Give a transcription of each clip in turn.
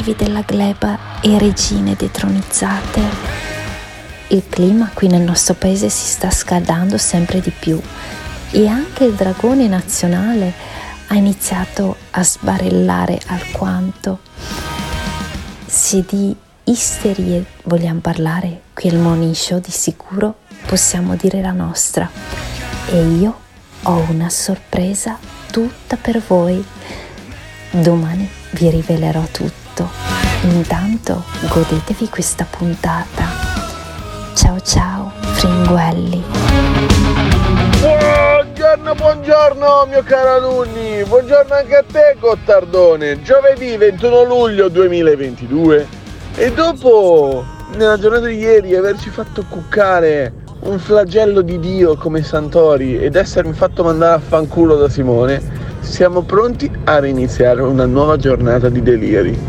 schiavi della gleba e regine detronizzate. Il clima qui nel nostro paese si sta scaldando sempre di più e anche il dragone nazionale ha iniziato a sbarellare alquanto. Se di isterie vogliamo parlare, qui al Morning Show di sicuro possiamo dire la nostra. E io ho una sorpresa tutta per voi. Domani vi rivelerò tutto. Intanto godetevi questa puntata. Ciao ciao, fringuelli. Buongiorno mio caro alunni, buongiorno anche a te Gottardone. Giovedì 21 luglio 2022 e dopo nella giornata di ieri averci fatto cuccare un flagello di Dio come Santori ed essermi fatto mandare a fanculo da Simone, siamo pronti a riniziare una nuova giornata di deliri.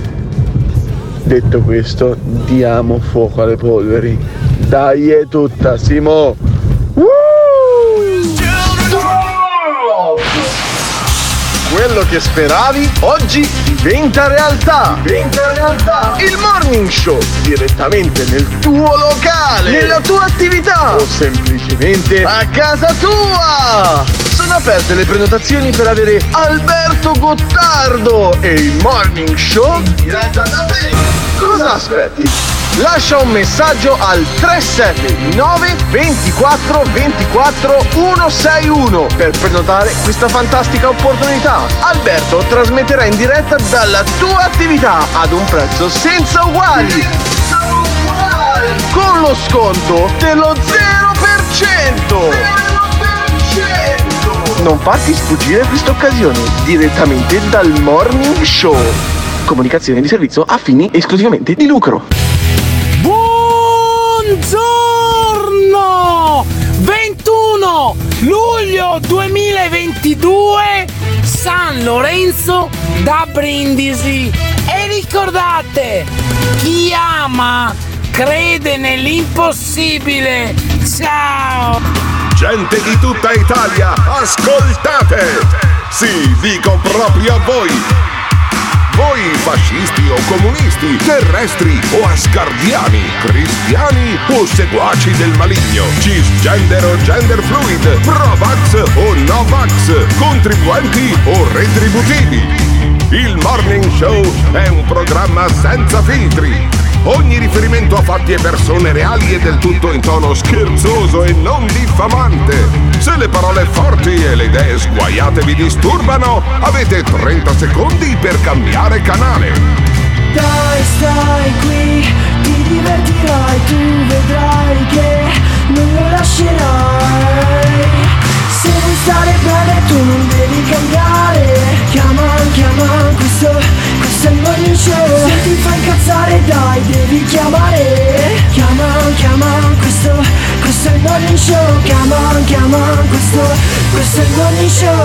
Detto questo, diamo fuoco alle polveri. Dai, è tutta Simo. Quello che speravi oggi diventa realtà. Il Morning Show direttamente nel tuo locale, nella tua attività o semplicemente a casa tua. Sono aperte le prenotazioni per avere Alberto Gottardo e il Morning Show in diretta da te. Cosa aspetti? Lascia un messaggio al 379 24 24 161 per prenotare questa fantastica opportunità. Alberto trasmetterà in diretta dalla tua attività ad un prezzo senza uguali. Con lo sconto dello 0%. Non farti sfuggire questa occasione direttamente dal Morning Show. Comunicazione di servizio a fini esclusivamente di lucro. Buongiorno! 21 luglio 2022, San Lorenzo da Brindisi. E ricordate, chi ama crede nell'impossibile. Ciao! Gente di tutta Italia, ascoltate! Sì, dico proprio a voi! Voi fascisti o comunisti, terrestri o asgardiani, cristiani o seguaci del maligno, cisgender o gender fluid, pro-vax o no-vax, contribuenti o retributivi. Il Morning Show è un programma senza filtri. Ogni riferimento a fatti e persone reali è del tutto in tono scherzoso e non diffamante. Se le parole forti e le idee sguaiate vi disturbano, avete 30 secondi per cambiare canale. Dai, stai qui, ti divertirai, tu vedrai che non lo lascerai. Se vuoi stare bene tu non devi cambiare. Chiama, questo è il Morning Show. Se ti fa incazzare dai, devi chiamare. Chiama, questo è il Morning Show. Chiama, questo è il Morning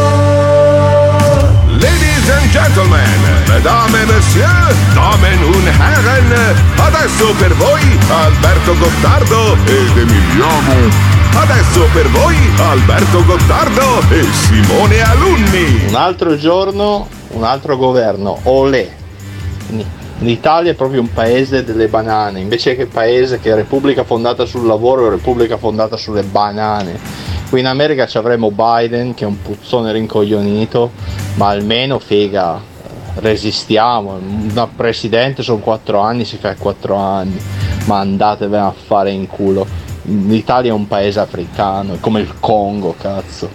Show. Ladies and gentlemen, mesdames et messieurs, damen und herren, adesso per voi Alberto Gottardo ed Emiliano. Adesso per voi Alberto Gottardo e Simone Alunni. Un altro giorno, un altro governo, olè. L'Italia è proprio un paese delle banane, invece che paese che è repubblica fondata sul lavoro, repubblica fondata sulle banane. Qui in America ci avremo Biden che è un puzzone rincoglionito, ma almeno figa, resistiamo. Un presidente sono 4 anni, si fa 4 anni, ma andatevene a fare in culo. L'Italia è un paese africano, è come il Congo, cazzo.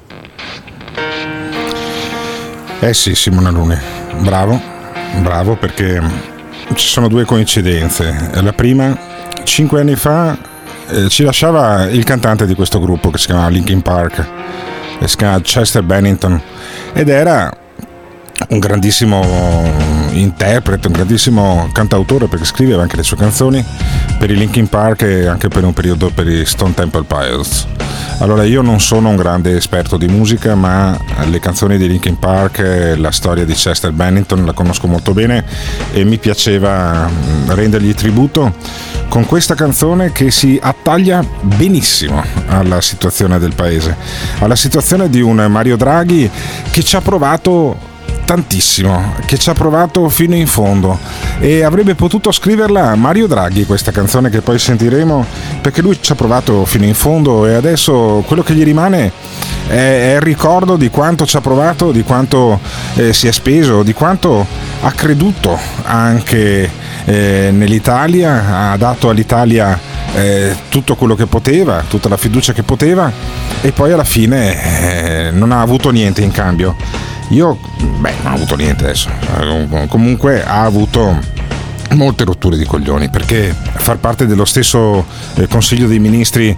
Sì, Simone Alunni, bravo perché ci sono due coincidenze. La prima, 5 anni fa ci lasciava il cantante di questo gruppo che si chiama Linkin Park, si chiama Chester Bennington, ed era un grandissimo interprete, un grandissimo cantautore, perché scriveva anche le sue canzoni per i Linkin Park e anche per un periodo per i Stone Temple Pilots. Allora, io non sono un grande esperto di musica, ma le canzoni di Linkin Park, la storia di Chester Bennington la conosco molto bene e mi piaceva rendergli tributo con questa canzone che si attaglia benissimo alla situazione del paese, alla situazione di un Mario Draghi che ci ha provato tantissimo, che ci ha provato fino in fondo, e avrebbe potuto scriverla Mario Draghi, questa canzone che poi sentiremo, perché lui ci ha provato fino in fondo, e adesso quello che gli rimane è il ricordo di quanto ci ha provato, di quanto si è speso, di quanto ha creduto anche nell'Italia, ha dato all'Italia tutto quello che poteva, tutta la fiducia che poteva, e poi alla fine non ha avuto niente in cambio. Non ha avuto niente adesso, comunque ha avuto molte rotture di coglioni, perché far parte dello stesso Consiglio dei Ministri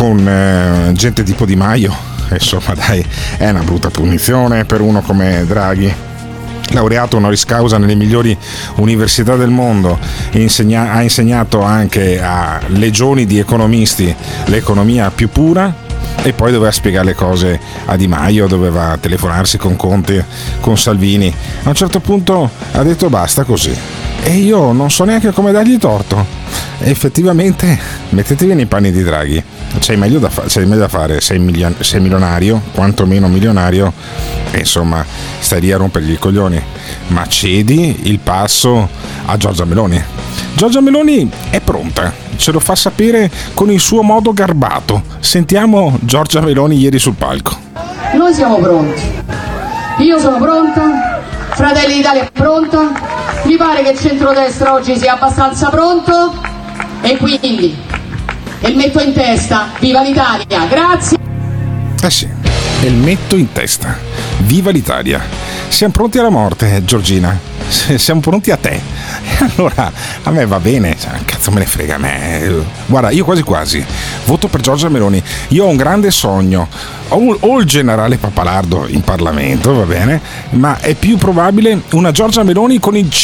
con gente tipo Di Maio, insomma dai, è una brutta punizione per uno come Draghi, laureato honoris causa nelle migliori università del mondo, ha insegnato anche a legioni di economisti l'economia più pura, e poi doveva spiegare le cose a Di Maio, doveva telefonarsi con Conte, con Salvini. A un certo punto ha detto basta così, e io non so neanche come dargli torto. E effettivamente mettetevi nei panni di Draghi, c'è meglio da fare, sei milionario, quantomeno milionario, e insomma stai lì a rompergli i coglioni, ma cedi il passo a Giorgia Meloni. Giorgia Meloni è pronta, ce lo fa sapere con il suo modo garbato. Sentiamo Giorgia Meloni ieri sul palco. Noi siamo pronti, io sono pronta, Fratelli d'Italia è pronta, mi pare che il centrodestra oggi sia abbastanza pronto, e quindi il metto in testa, viva l'Italia, grazie. Sì, il metto in testa, viva l'Italia. Siamo pronti alla morte, Giorgina, siamo pronti a te. Allora a me va bene, cazzo me ne frega a me. Guarda, io quasi voto per Giorgia Meloni. Io ho un grande sogno, o il generale Pappalardo in Parlamento, va bene, ma è più probabile una Giorgia Meloni con il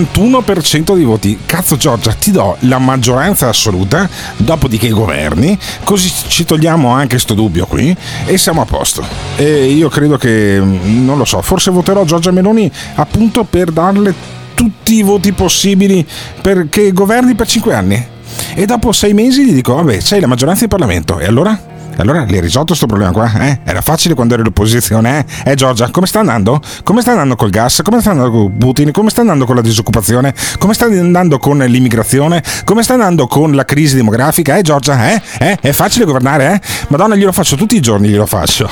51% dei voti. Cazzo Giorgia, ti do la maggioranza assoluta, dopodiché governi, così ci togliamo anche sto dubbio qui e siamo a posto. E io credo che, non lo so, forse voterò Giorgia Meloni appunto per darle tutti i voti possibili perché governi per 5 anni, e dopo 6 mesi gli dico vabbè, c'hai la maggioranza in Parlamento, e allora l'hai risolto sto problema qua? Era facile quando eri all'opposizione, Giorgia? Come sta andando? Come sta andando col gas? Come sta andando con Putin? Come sta andando con la disoccupazione? Come sta andando con l'immigrazione? Come sta andando con la crisi demografica? Giorgia? È facile governare? Madonna, glielo faccio tutti i giorni, glielo faccio.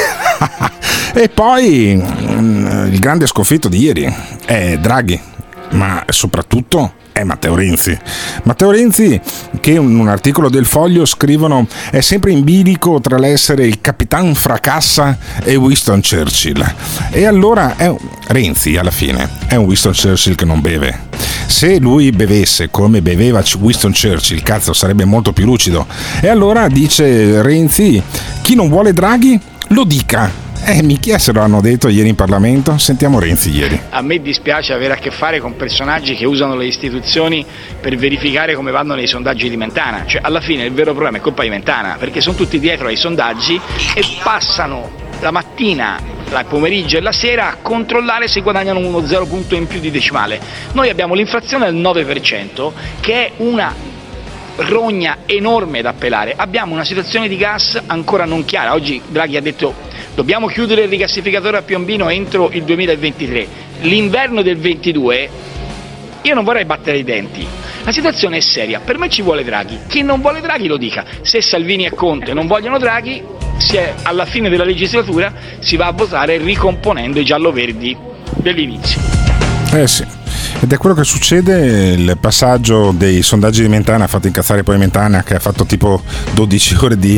E poi il grande sconfitto di ieri è Draghi, ma soprattutto è Matteo Renzi. Matteo Renzi, che in un articolo del Foglio scrivono è sempre in bilico tra l'essere il Capitan Fracassa e Winston Churchill. E allora Renzi alla fine è un Winston Churchill che non beve. Se lui bevesse come beveva Winston Churchill, cazzo, sarebbe molto più lucido. E allora dice Renzi, chi non vuole Draghi lo dica. Minchia, se lo hanno detto ieri in Parlamento. Sentiamo Renzi ieri. A me dispiace avere a che fare con personaggi che usano le istituzioni per verificare come vanno nei sondaggi di Mentana. Cioè, alla fine il vero problema è colpa di Mentana, perché sono tutti dietro ai sondaggi e passano la mattina, il pomeriggio e la sera a controllare se guadagnano uno 0 punto in più di decimale. Noi abbiamo l'inflazione al 9%, che è una rogna enorme da pelare. Abbiamo una situazione di gas ancora non chiara. Oggi Draghi ha detto dobbiamo chiudere il rigassificatore a Piombino entro il 2023. L'inverno del 22 io non vorrei battere i denti. La situazione è seria, per me ci vuole Draghi. Chi non vuole Draghi lo dica. Se Salvini e Conte non vogliono Draghi, alla fine della legislatura si va a votare ricomponendo i giallo-verdi dell'inizio. Sì. Ed è quello che succede. Il passaggio dei sondaggi di Mentana ha fatto incazzare poi Mentana, che ha fatto tipo 12 ore di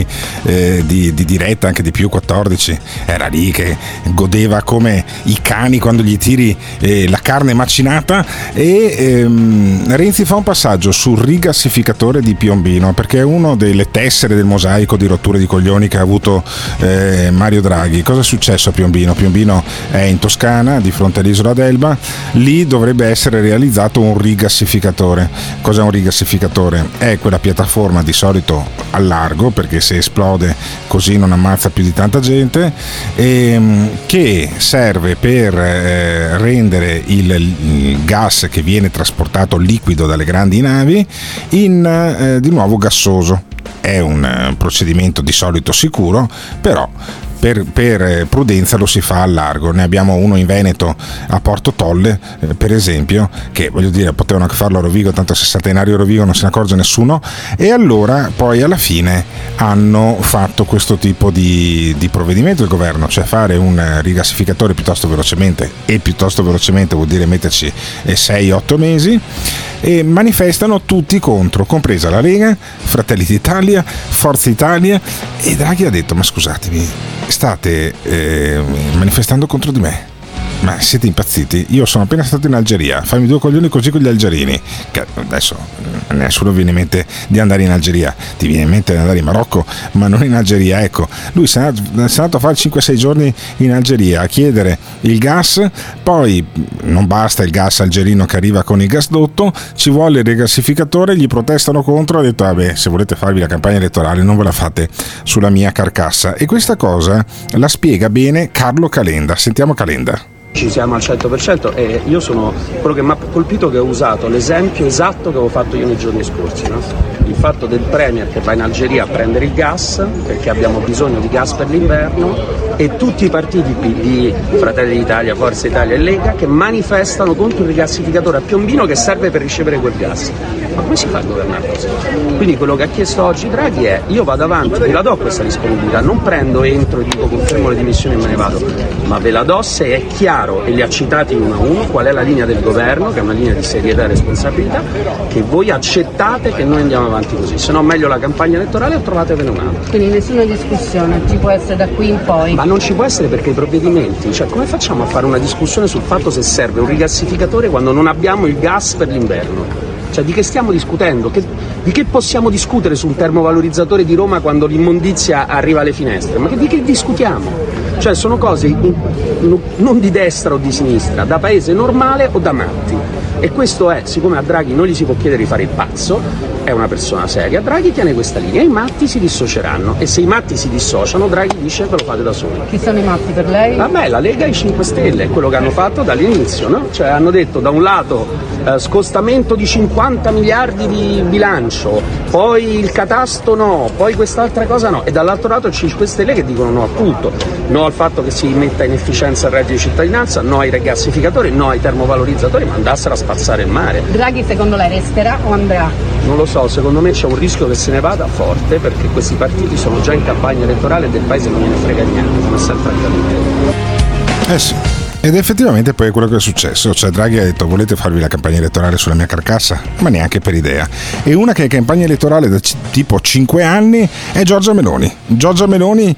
diretta, anche di più, 14. Era lì che godeva come i cani quando gli tiri la carne macinata. E Renzi fa un passaggio sul rigassificatore di Piombino, perché è uno delle tessere del mosaico di rotture di coglioni che ha avuto Mario Draghi. Cosa è successo a Piombino? Piombino è in Toscana, di fronte all'isola d'Elba. Lì dovrebbe essere realizzato un rigassificatore. Cos'è un rigassificatore? È quella piattaforma di solito a largo, perché se esplode così non ammazza più di tanta gente, che serve per rendere il gas che viene trasportato liquido dalle grandi navi di nuovo gassoso. È un procedimento di solito sicuro, però per prudenza lo si fa al largo. Ne abbiamo uno in Veneto a Porto Tolle, per esempio, che voglio dire potevano anche farlo a Rovigo, tanto se salta in aria a Rovigo non se ne accorge nessuno, e allora poi alla fine hanno fatto questo tipo di provvedimento il governo, cioè fare un rigassificatore piuttosto velocemente, e piuttosto velocemente vuol dire metterci 6-8 mesi, e manifestano tutti contro, compresa la Lega, Fratelli d'Italia, Forza Italia, e Draghi ha detto: ma scusatemi, state manifestando contro di me? Ma siete impazziti? Io sono appena stato in Algeria, fammi due coglioni così con gli algerini, che adesso nessuno viene in mente di andare in Algeria, ti viene in mente di andare in Marocco, ma non in Algeria. Ecco, lui è andato a fare 5-6 giorni in Algeria a chiedere il gas, poi non basta il gas algerino che arriva con il gasdotto, ci vuole il rigassificatore, gli protestano contro, ha detto vabbè, se volete farvi la campagna elettorale non ve la fate sulla mia carcassa. E questa cosa la spiega bene Carlo Calenda. Sentiamo Calenda. Ci siamo al 100% e io sono quello che mi ha colpito, che ho usato l'esempio esatto che avevo fatto io nei giorni scorsi, no? Il fatto del premier che va in Algeria a prendere il gas perché abbiamo bisogno di gas per l'inverno, e tutti i partiti PD, Fratelli d'Italia, Forza Italia e Lega, che manifestano contro il rigassificatore a Piombino che serve per ricevere quel gas. Ma come si fa a governare così? Quindi quello che ha chiesto oggi Draghi è: io vado avanti, ve la do questa disponibilità, non prendo, entro e dico confermo le dimissioni e me ne vado, ma ve la do se è chiaro, e li ha citati uno a uno, qual è la linea del governo, che è una linea di serietà e responsabilità, che voi accettate che noi andiamo avanti così, se no meglio la campagna elettorale o trovatevene un'altra. Quindi nessuna discussione ci può essere da qui in poi? Ma non ci può essere, perché i provvedimenti, cioè come facciamo a fare una discussione sul fatto se serve un rigassificatore quando non abbiamo il gas per l'inverno? Cioè di che stiamo discutendo? Di che possiamo discutere su un termovalorizzatore di Roma quando l'immondizia arriva alle finestre? Ma di che discutiamo? Cioè sono cose non di destra o di sinistra, da paese normale o da matti. E questo è, siccome a Draghi non gli si può chiedere di fare il pazzo, è una persona seria, Draghi tiene questa linea, i matti si dissocieranno, e se i matti si dissociano Draghi dice ve lo fate da soli. Chi sono i matti per lei? Vabbè, la Lega e i 5 Stelle, è quello che hanno fatto dall'inizio, no? Cioè hanno detto da un lato scostamento di 50 miliardi di bilancio, poi il catasto no, poi quest'altra cosa no, e dall'altro lato i 5 Stelle che dicono no a tutto, no al fatto che si metta in efficienza il reddito di cittadinanza, no ai rigassificatori, no ai termovalorizzatori, ma andassero a spazzare il mare. Draghi secondo lei resterà o andrà? Non lo so, secondo me c'è un rischio che se ne vada forte, perché questi partiti sono già in campagna elettorale e del paese non gliene frega niente, come è sempre accaduto. Sì. Ed effettivamente poi è quello che è successo, cioè Draghi ha detto: volete farvi la campagna elettorale sulla mia carcassa? Ma neanche per idea. E una che è campagna elettorale da tipo 5 anni è Giorgia Meloni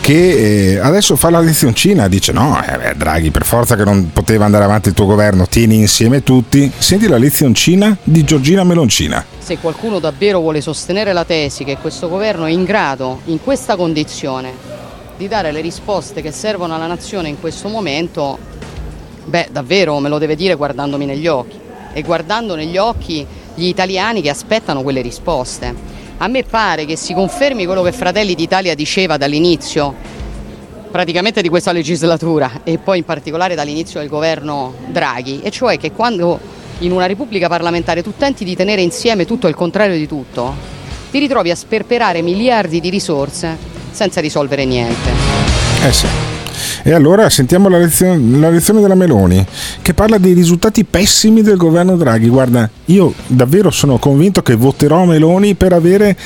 che adesso fa la lezioncina, dice no, Draghi per forza che non poteva andare avanti il tuo governo, tieni insieme tutti. Senti la lezioncina di Giorgina Meloncina. Se qualcuno davvero vuole sostenere la tesi che questo governo è in grado, in questa condizione, di dare le risposte che servono alla nazione in questo momento, beh, davvero me lo deve dire guardandomi negli occhi e guardando negli occhi gli italiani che aspettano quelle risposte. A me pare che si confermi quello che Fratelli d'Italia diceva dall'inizio, praticamente di questa legislatura, e poi in particolare dall'inizio del governo Draghi, e cioè che quando in una repubblica parlamentare tu tenti di tenere insieme tutto e il contrario di tutto, ti ritrovi a sperperare miliardi di risorse senza risolvere niente. Sì. E allora sentiamo la lezione della Meloni, che parla dei risultati pessimi del governo Draghi. Guarda, io davvero sono convinto che voterò Meloni per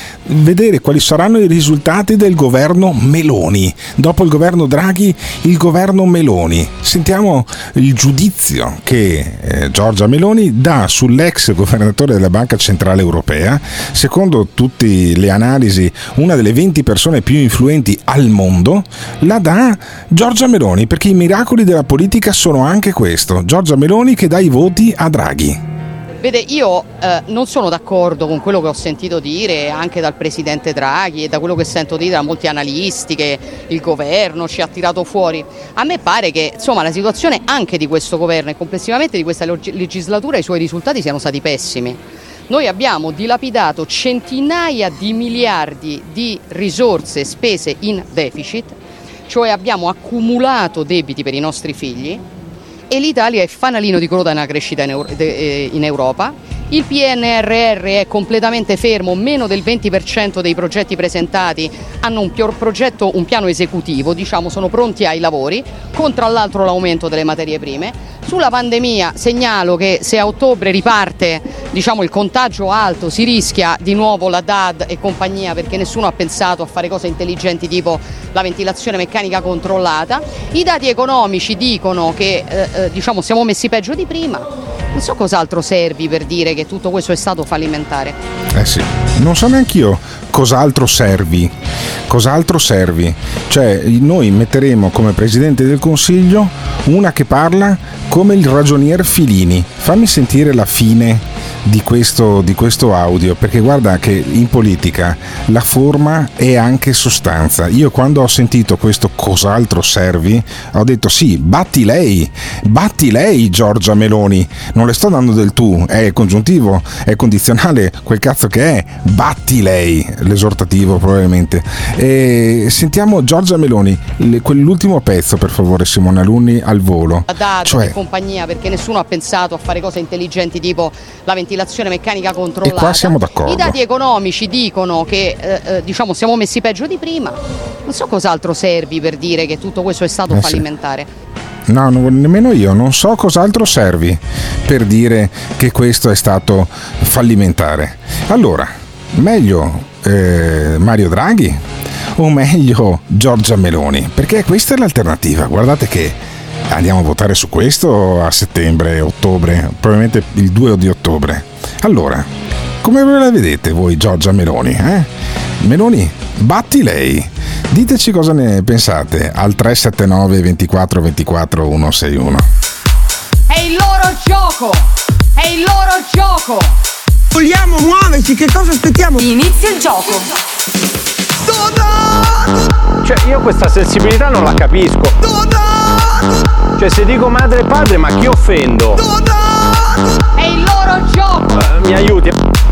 vedere quali saranno i risultati del governo Meloni. Dopo il governo Draghi, il governo Meloni. Sentiamo il giudizio che Giorgia Meloni dà sull'ex governatore della Banca Centrale Europea. Secondo tutte le analisi, una delle 20 persone più influenti al mondo, la dà Giorgia Meloni, perché i miracoli della politica sono anche questo. Giorgia Meloni che dà i voti a Draghi. Vede, io non sono d'accordo con quello che ho sentito dire anche dal presidente Draghi e da quello che sento dire da molti analisti, che il governo ci ha tirato fuori. A me pare che insomma la situazione anche di questo governo e complessivamente di questa legislatura, i suoi risultati siano stati pessimi. Noi abbiamo dilapidato centinaia di miliardi di risorse spese in deficit, cioè abbiamo accumulato debiti per i nostri figli, e l'Italia è fanalino di coda nella crescita in Europa, Il PNRR è completamente fermo, meno del 20% dei progetti presentati hanno un piano esecutivo, diciamo sono pronti ai lavori, con tra l'altro l'aumento delle materie prime. Sulla pandemia segnalo che se a ottobre riparte il contagio alto si rischia di nuovo la DAD e compagnia, perché nessuno ha pensato a fare cose intelligenti tipo la ventilazione meccanica controllata. I dati economici dicono che siamo messi peggio di prima. Non so cos'altro servi per dire che tutto questo è stato fallimentare. Sì, non so neanch'io cos'altro servi. Cioè, noi metteremo come Presidente del Consiglio una che parla come il ragionier Filini. Fammi sentire la fine di questo audio, perché guarda che in politica la forma è anche sostanza. Io quando ho sentito questo cos'altro servi ho detto sì, batti lei Giorgia Meloni, non le sto dando del tu, è congiuntivo, è condizionale, quel cazzo che è, batti lei, l'esortativo probabilmente. E sentiamo Giorgia Meloni, quell'ultimo pezzo per favore, Simone Alunni, al volo. E compagnia, perché nessuno ha pensato a fare cose intelligenti tipo la ventilazione meccanica controllata. E qua siamo d'accordo. I dati economici dicono che siamo messi peggio di prima. Non so cos'altro servi per dire che tutto questo è stato fallimentare. No, nemmeno io non so cos'altro servi per dire che questo è stato fallimentare. Allora, meglio Mario Draghi o meglio Giorgia Meloni? Perché questa è l'alternativa. Guardate che andiamo a votare su questo a settembre, ottobre, probabilmente il 2 di ottobre. Allora, come ve la vedete voi Giorgia Meloni? Meloni, batti lei. Diteci cosa ne pensate al 379 24 24 161. È il loro gioco! Vogliamo muoverci, che cosa aspettiamo? Inizia il gioco! Cioè, io questa sensibilità non la capisco. Cioè, se dico madre e padre, ma chi offendo? È il loro gioco! Mi aiuti?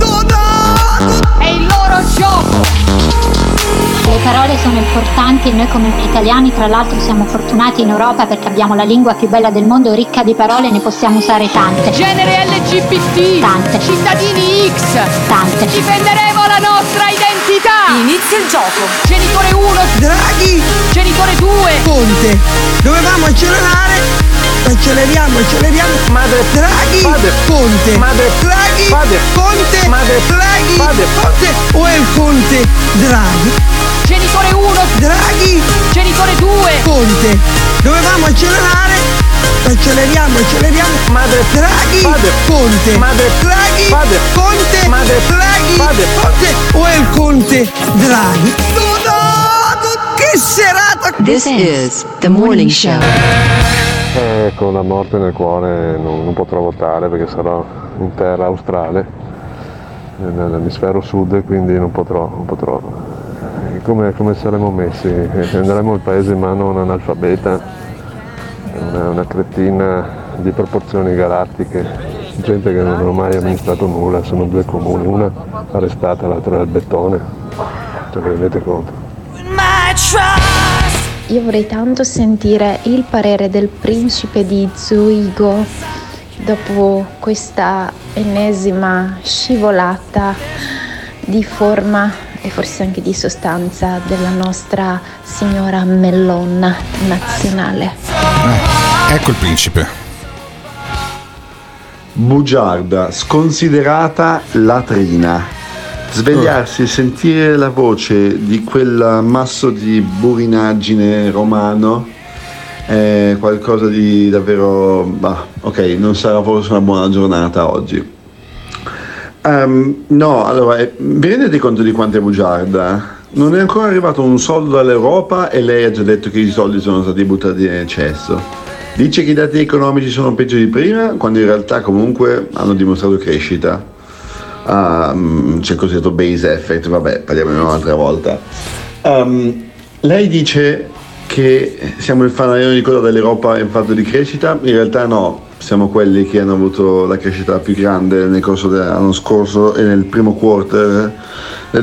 È il loro gioco! Le parole sono importanti, noi come italiani tra l'altro siamo fortunati in Europa perché abbiamo la lingua più bella del mondo, ricca di parole, ne possiamo usare tante. Genere LGBT, tante. Cittadini X, tante. Difenderemo la nostra identità. Inizia il gioco. Genitore 1 Draghi, genitore 2 Conte. Dovevamo accelerare. Acceleriamo. Madre, Draghi, padre, Conte. Madre, Draghi, padre, Conte. Madre, Draghi, padre, Conte. O è il Conte Draghi? Genitore 1 Draghi, genitore 2 Conte. Dovevamo accelerare. Acceleriamo. Madre, Draghi, padre, Conte. Madre, Draghi, padre, Conte. Madre, Draghi, padre, Conte. O è il Conte Draghi? Che serata! This is the morning show. Con la morte nel cuore non potrò votare perché sarò in terra australe, nell'emisfero sud, quindi non potrò. Come saremo messi? Prenderemo il paese in mano a un analfabeta, una cretina di proporzioni galattiche, gente che non ha mai amministrato nulla, sono due comuni, una arrestata, l'altra al bettone, cioè vi rendete conto? Io vorrei tanto sentire il parere del principe di Zurigo dopo questa ennesima scivolata di forma e forse anche di sostanza della nostra signora Mellon nazionale. Ecco il principe. Bugiarda, sconsiderata latrina. Svegliarsi e sentire la voce di quel masso di burinaggine romano è qualcosa di davvero... ok, non sarà forse una buona giornata oggi. No, allora, vi rendete conto di quanto è bugiarda? Non è ancora arrivato un soldo dall'Europa e lei ha già detto che i soldi sono stati buttati in eccesso. Dice che i dati economici sono peggio di prima, quando in realtà comunque hanno dimostrato crescita. C'è il cosiddetto base effect, vabbè, parliamone un'altra volta. Lei dice che siamo il fanalino di coda dell'Europa in fatto di crescita, in realtà no, siamo quelli che hanno avuto la crescita più grande nel corso dell'anno scorso e nel primo quarter del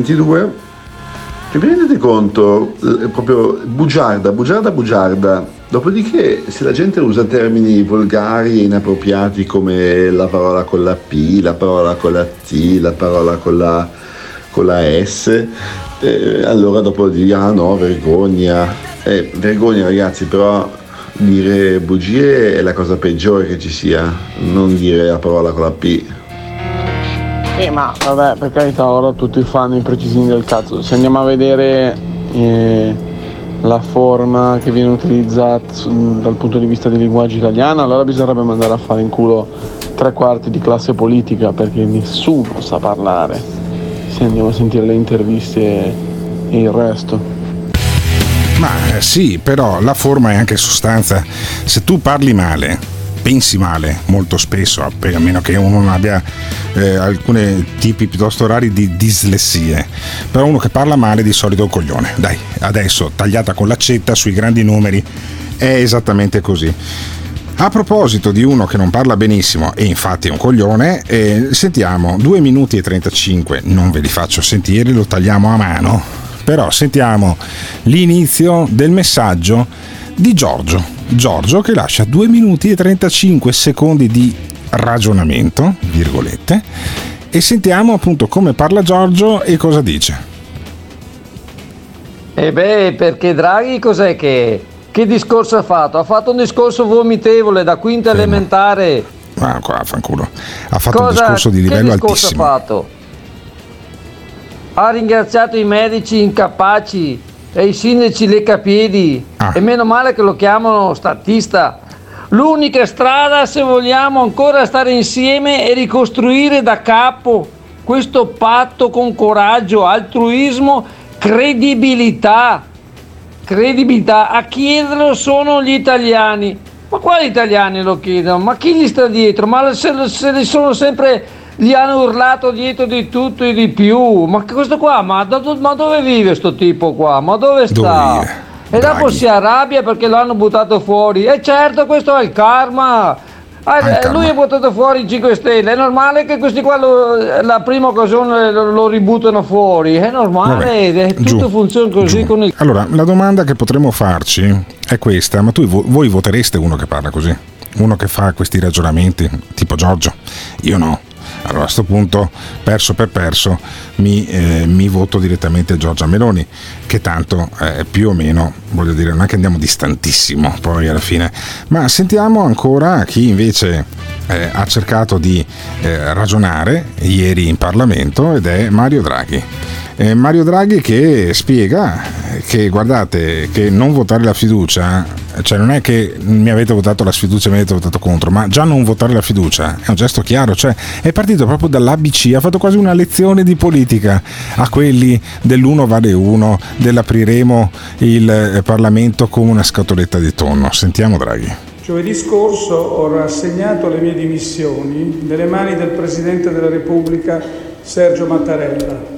2022. E vi rendete conto, proprio bugiarda, Dopodiché, se la gente usa termini volgari e inappropriati come la parola con la P, la parola con la T, la parola con la S, allora dopo dire no, vergogna. Vergogna, ragazzi, però dire bugie è la cosa peggiore che ci sia, non dire la parola con la P. Ma vabbè, per carità, ora tutti fanno i precisini del cazzo. Se andiamo a vedere la forma che viene utilizzata dal punto di vista del linguaggio italiano, allora bisognerebbe mandare a fare in culo 3/4 di classe politica, perché nessuno sa parlare se andiamo a sentire le interviste e il resto. Ma sì, però la forma è anche sostanza. Se tu parli male, pensi male molto spesso, a meno che uno non abbia alcuni tipi piuttosto rari di dislessie, però uno che parla male di solito è un coglione. Dai, adesso tagliata con l'accetta sui grandi numeri è esattamente così. A proposito di uno che non parla benissimo e infatti è un coglione, sentiamo 2 minuti e 35, non ve li faccio sentire, lo tagliamo a mano, però sentiamo l'inizio del messaggio di Giorgio che lascia 2 minuti e 35 secondi di ragionamento, virgolette, e sentiamo appunto come parla Giorgio e cosa dice. Perché Draghi cos'è che discorso ha fatto? Ha fatto un discorso vomitevole da quinta elementare. Ma qua fanculo. Ha fatto un discorso di livello altissimo. Che discorso ha fatto? Ha ringraziato i medici incapaci e i sindaci leccapiedi, e meno male che lo chiamano statista. L'unica strada, se vogliamo ancora stare insieme, è ricostruire da capo questo patto con coraggio, altruismo, credibilità. A chiederlo sono gli italiani. Ma quali italiani lo chiedono? Ma chi gli sta dietro? Ma se li sono sempre, gli hanno urlato dietro di tutto e di più. Ma questo qua, ma dove vive sto tipo qua? Ma dove sta? E dopo si arrabbia perché lo hanno buttato fuori. E certo, questo è il karma. Lui è buttato fuori in 5 Stelle. È normale che questi qua la prima occasione lo ributtano fuori. È normale. Tutto funziona così. Con il... Allora, la domanda che potremmo farci è questa: ma voi votereste uno che parla così? Uno che fa questi ragionamenti tipo Giorgio? Io no. Allora a questo punto, perso per perso, mi voto direttamente Giorgia Meloni, che tanto più o meno, voglio dire, non è che andiamo distantissimo poi alla fine. Ma sentiamo ancora chi invece ha cercato di ragionare ieri in Parlamento, ed è Mario Draghi. Mario Draghi che spiega che, guardate, che non votare la fiducia, cioè non è che mi avete votato la sfiducia e mi avete votato contro, ma già non votare la fiducia è un gesto chiaro, cioè è partito proprio dall'ABC, ha fatto quasi una lezione di politica a quelli dell'1 vale 1, dell'apriremo il Parlamento come una scatoletta di tonno. Sentiamo Draghi. Giovedì scorso ho rassegnato le mie dimissioni nelle mani del Presidente della Repubblica Sergio Mattarella.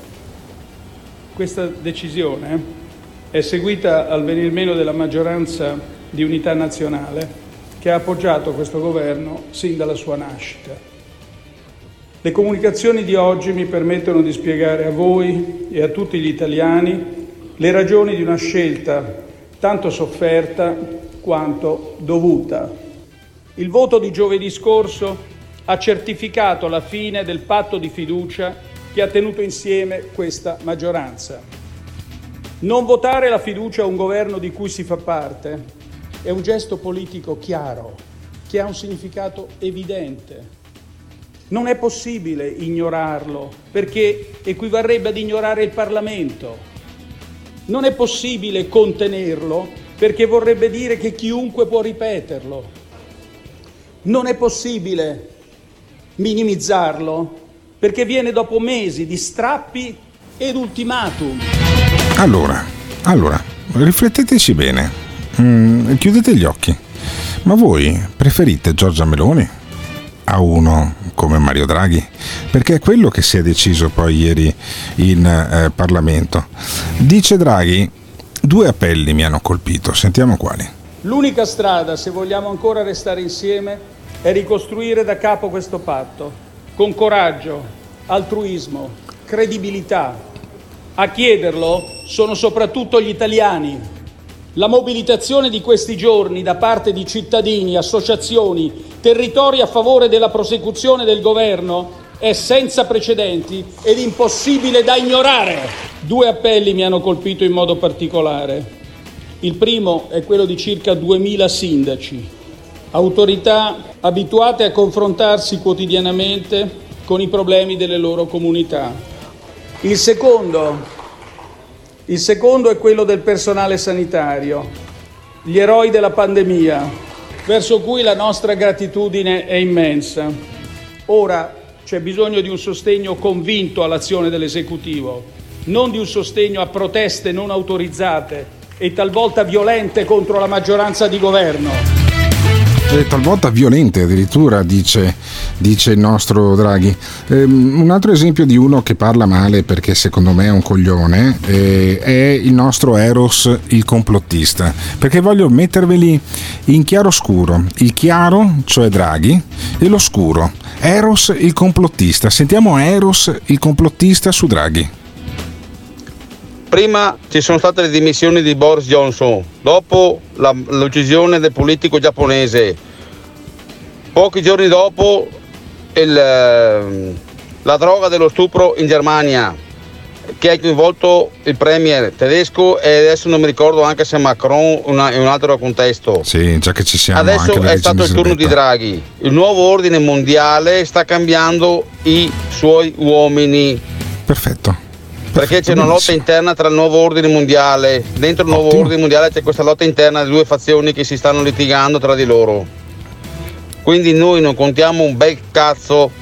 Questa decisione è seguita al venir meno della maggioranza di unità nazionale che ha appoggiato questo governo sin dalla sua nascita. Le comunicazioni di oggi mi permettono di spiegare a voi e a tutti gli italiani le ragioni di una scelta tanto sofferta quanto dovuta. Il voto di giovedì scorso ha certificato la fine del patto di fiducia che ha tenuto insieme questa maggioranza. Non votare la fiducia a un governo di cui si fa parte è un gesto politico chiaro, che ha un significato evidente. Non è possibile ignorarlo, perché equivarrebbe ad ignorare il Parlamento. Non è possibile contenerlo, perché vorrebbe dire che chiunque può ripeterlo. Non è possibile minimizzarlo, perché viene dopo mesi di strappi ed ultimatum. Allora, rifletteteci bene, chiudete gli occhi, ma voi preferite Giorgia Meloni a uno come Mario Draghi? Perché è quello che si è deciso poi ieri in Parlamento. Dice Draghi, 2 appelli mi hanno colpito, sentiamo quali. L'unica strada, se vogliamo ancora restare insieme, è ricostruire da capo questo patto, con coraggio, altruismo, credibilità. A chiederlo sono soprattutto gli italiani. La mobilitazione di questi giorni da parte di cittadini, associazioni, territori a favore della prosecuzione del governo è senza precedenti ed impossibile da ignorare. 2 appelli mi hanno colpito in modo particolare. Il primo è quello di circa 2000 sindaci, autorità abituate a confrontarsi quotidianamente con i problemi delle loro comunità. Il secondo è quello del personale sanitario, gli eroi della pandemia, verso cui la nostra gratitudine è immensa. Ora c'è bisogno di un sostegno convinto all'azione dell'esecutivo, non di un sostegno a proteste non autorizzate e talvolta violente contro la maggioranza di governo. Talvolta violente addirittura, dice il nostro Draghi. Un altro esempio di uno che parla male, perché secondo me è un coglione, è il nostro Eros, il complottista, perché voglio metterveli in chiaroscuro. Il chiaro, cioè Draghi, e l'oscuro, Eros, il complottista. Sentiamo Eros, il complottista, su Draghi. Prima ci sono state le dimissioni di Boris Johnson, dopo l'uccisione del politico giapponese, pochi giorni dopo la droga dello stupro in Germania, che ha coinvolto il premier tedesco e adesso non mi ricordo anche se Macron in un altro contesto. Sì, già che ci siamo. Adesso anche è stato il turno di Draghi. Il nuovo ordine mondiale sta cambiando i suoi uomini. Perfetto. Perché c'è una lotta interna tra il nuovo ordine mondiale. Dentro il nuovo ordine mondiale c'è questa lotta interna di 2 fazioni che si stanno litigando tra di loro. Quindi noi non contiamo un bel cazzo.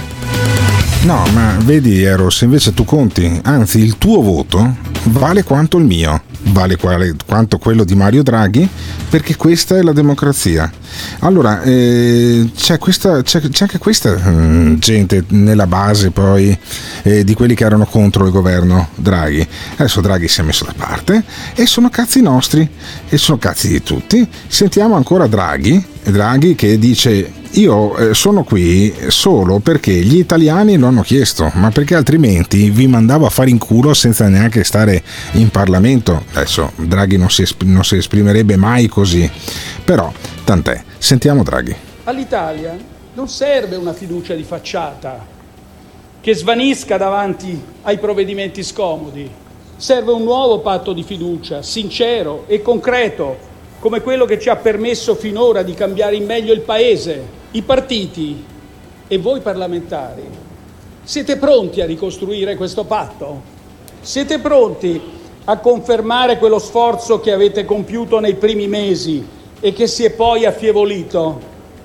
No, ma vedi Eros, invece tu conti, anzi il tuo voto vale quanto il mio, vale quanto quello di Mario Draghi, perché questa è la democrazia. Allora, c'è anche questa gente nella base poi di quelli che erano contro il governo Draghi. Adesso Draghi si è messo da parte e sono cazzi nostri e sono cazzi di tutti. Sentiamo ancora Draghi che dice: io sono qui solo perché gli italiani lo hanno chiesto, ma perché altrimenti vi mandavo a fare in culo senza neanche stare in Parlamento. Adesso Draghi non si esprimerebbe mai così, però tant'è. Sentiamo Draghi. All'Italia non serve una fiducia di facciata che svanisca davanti ai provvedimenti scomodi. Serve un nuovo patto di fiducia, sincero e concreto, come quello che ci ha permesso finora di cambiare in meglio il Paese. I partiti e voi parlamentari siete pronti a ricostruire questo patto? Siete pronti a confermare quello sforzo che avete compiuto nei primi mesi e che si è poi affievolito?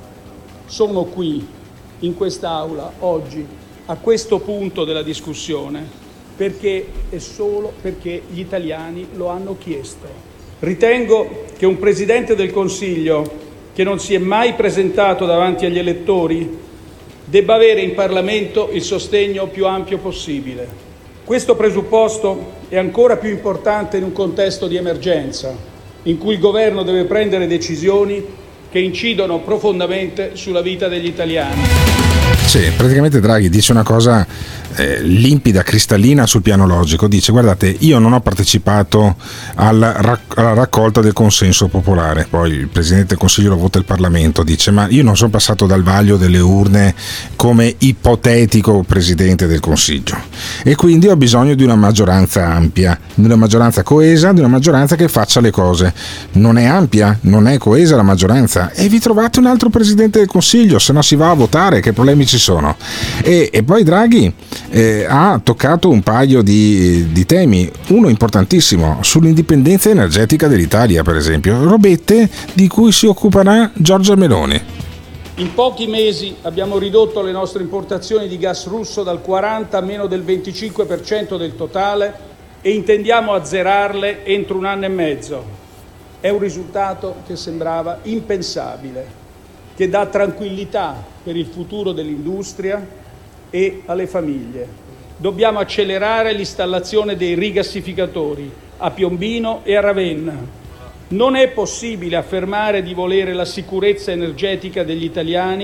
Sono qui, in quest'Aula, oggi, a questo punto della discussione, perché e solo perché gli italiani lo hanno chiesto. Ritengo che un Presidente del Consiglio che non si è mai presentato davanti agli elettori debba avere in Parlamento il sostegno più ampio possibile. Questo presupposto è ancora più importante in un contesto di emergenza, in cui il governo deve prendere decisioni che incidono profondamente sulla vita degli italiani. Sì, praticamente Draghi dice una cosa limpida, cristallina sul piano logico. Dice: guardate, io non ho partecipato alla raccolta del consenso popolare, poi il Presidente del Consiglio lo vota il Parlamento, dice: ma io non sono passato dal vaglio delle urne come ipotetico Presidente del Consiglio e quindi ho bisogno di una maggioranza ampia, di una maggioranza coesa, di una maggioranza che faccia le cose. Non è ampia, non è coesa la maggioranza e vi trovate un altro Presidente del Consiglio, se no si va a votare, che problemi ci sono? E poi Draghi ha toccato un paio di temi, uno importantissimo sull'indipendenza energetica dell'Italia, per esempio, robette di cui si occuperà Giorgia Meloni. In pochi mesi abbiamo ridotto le nostre importazioni di gas russo dal 40 a meno del 25% del totale e intendiamo azzerarle entro 1 anno e mezzo. È un risultato che sembrava impensabile, che dà tranquillità per il futuro dell'industria e alle famiglie. Dobbiamo accelerare l'installazione dei rigassificatori a Piombino e a Ravenna. Non è possibile affermare di volere la sicurezza energetica degli italiani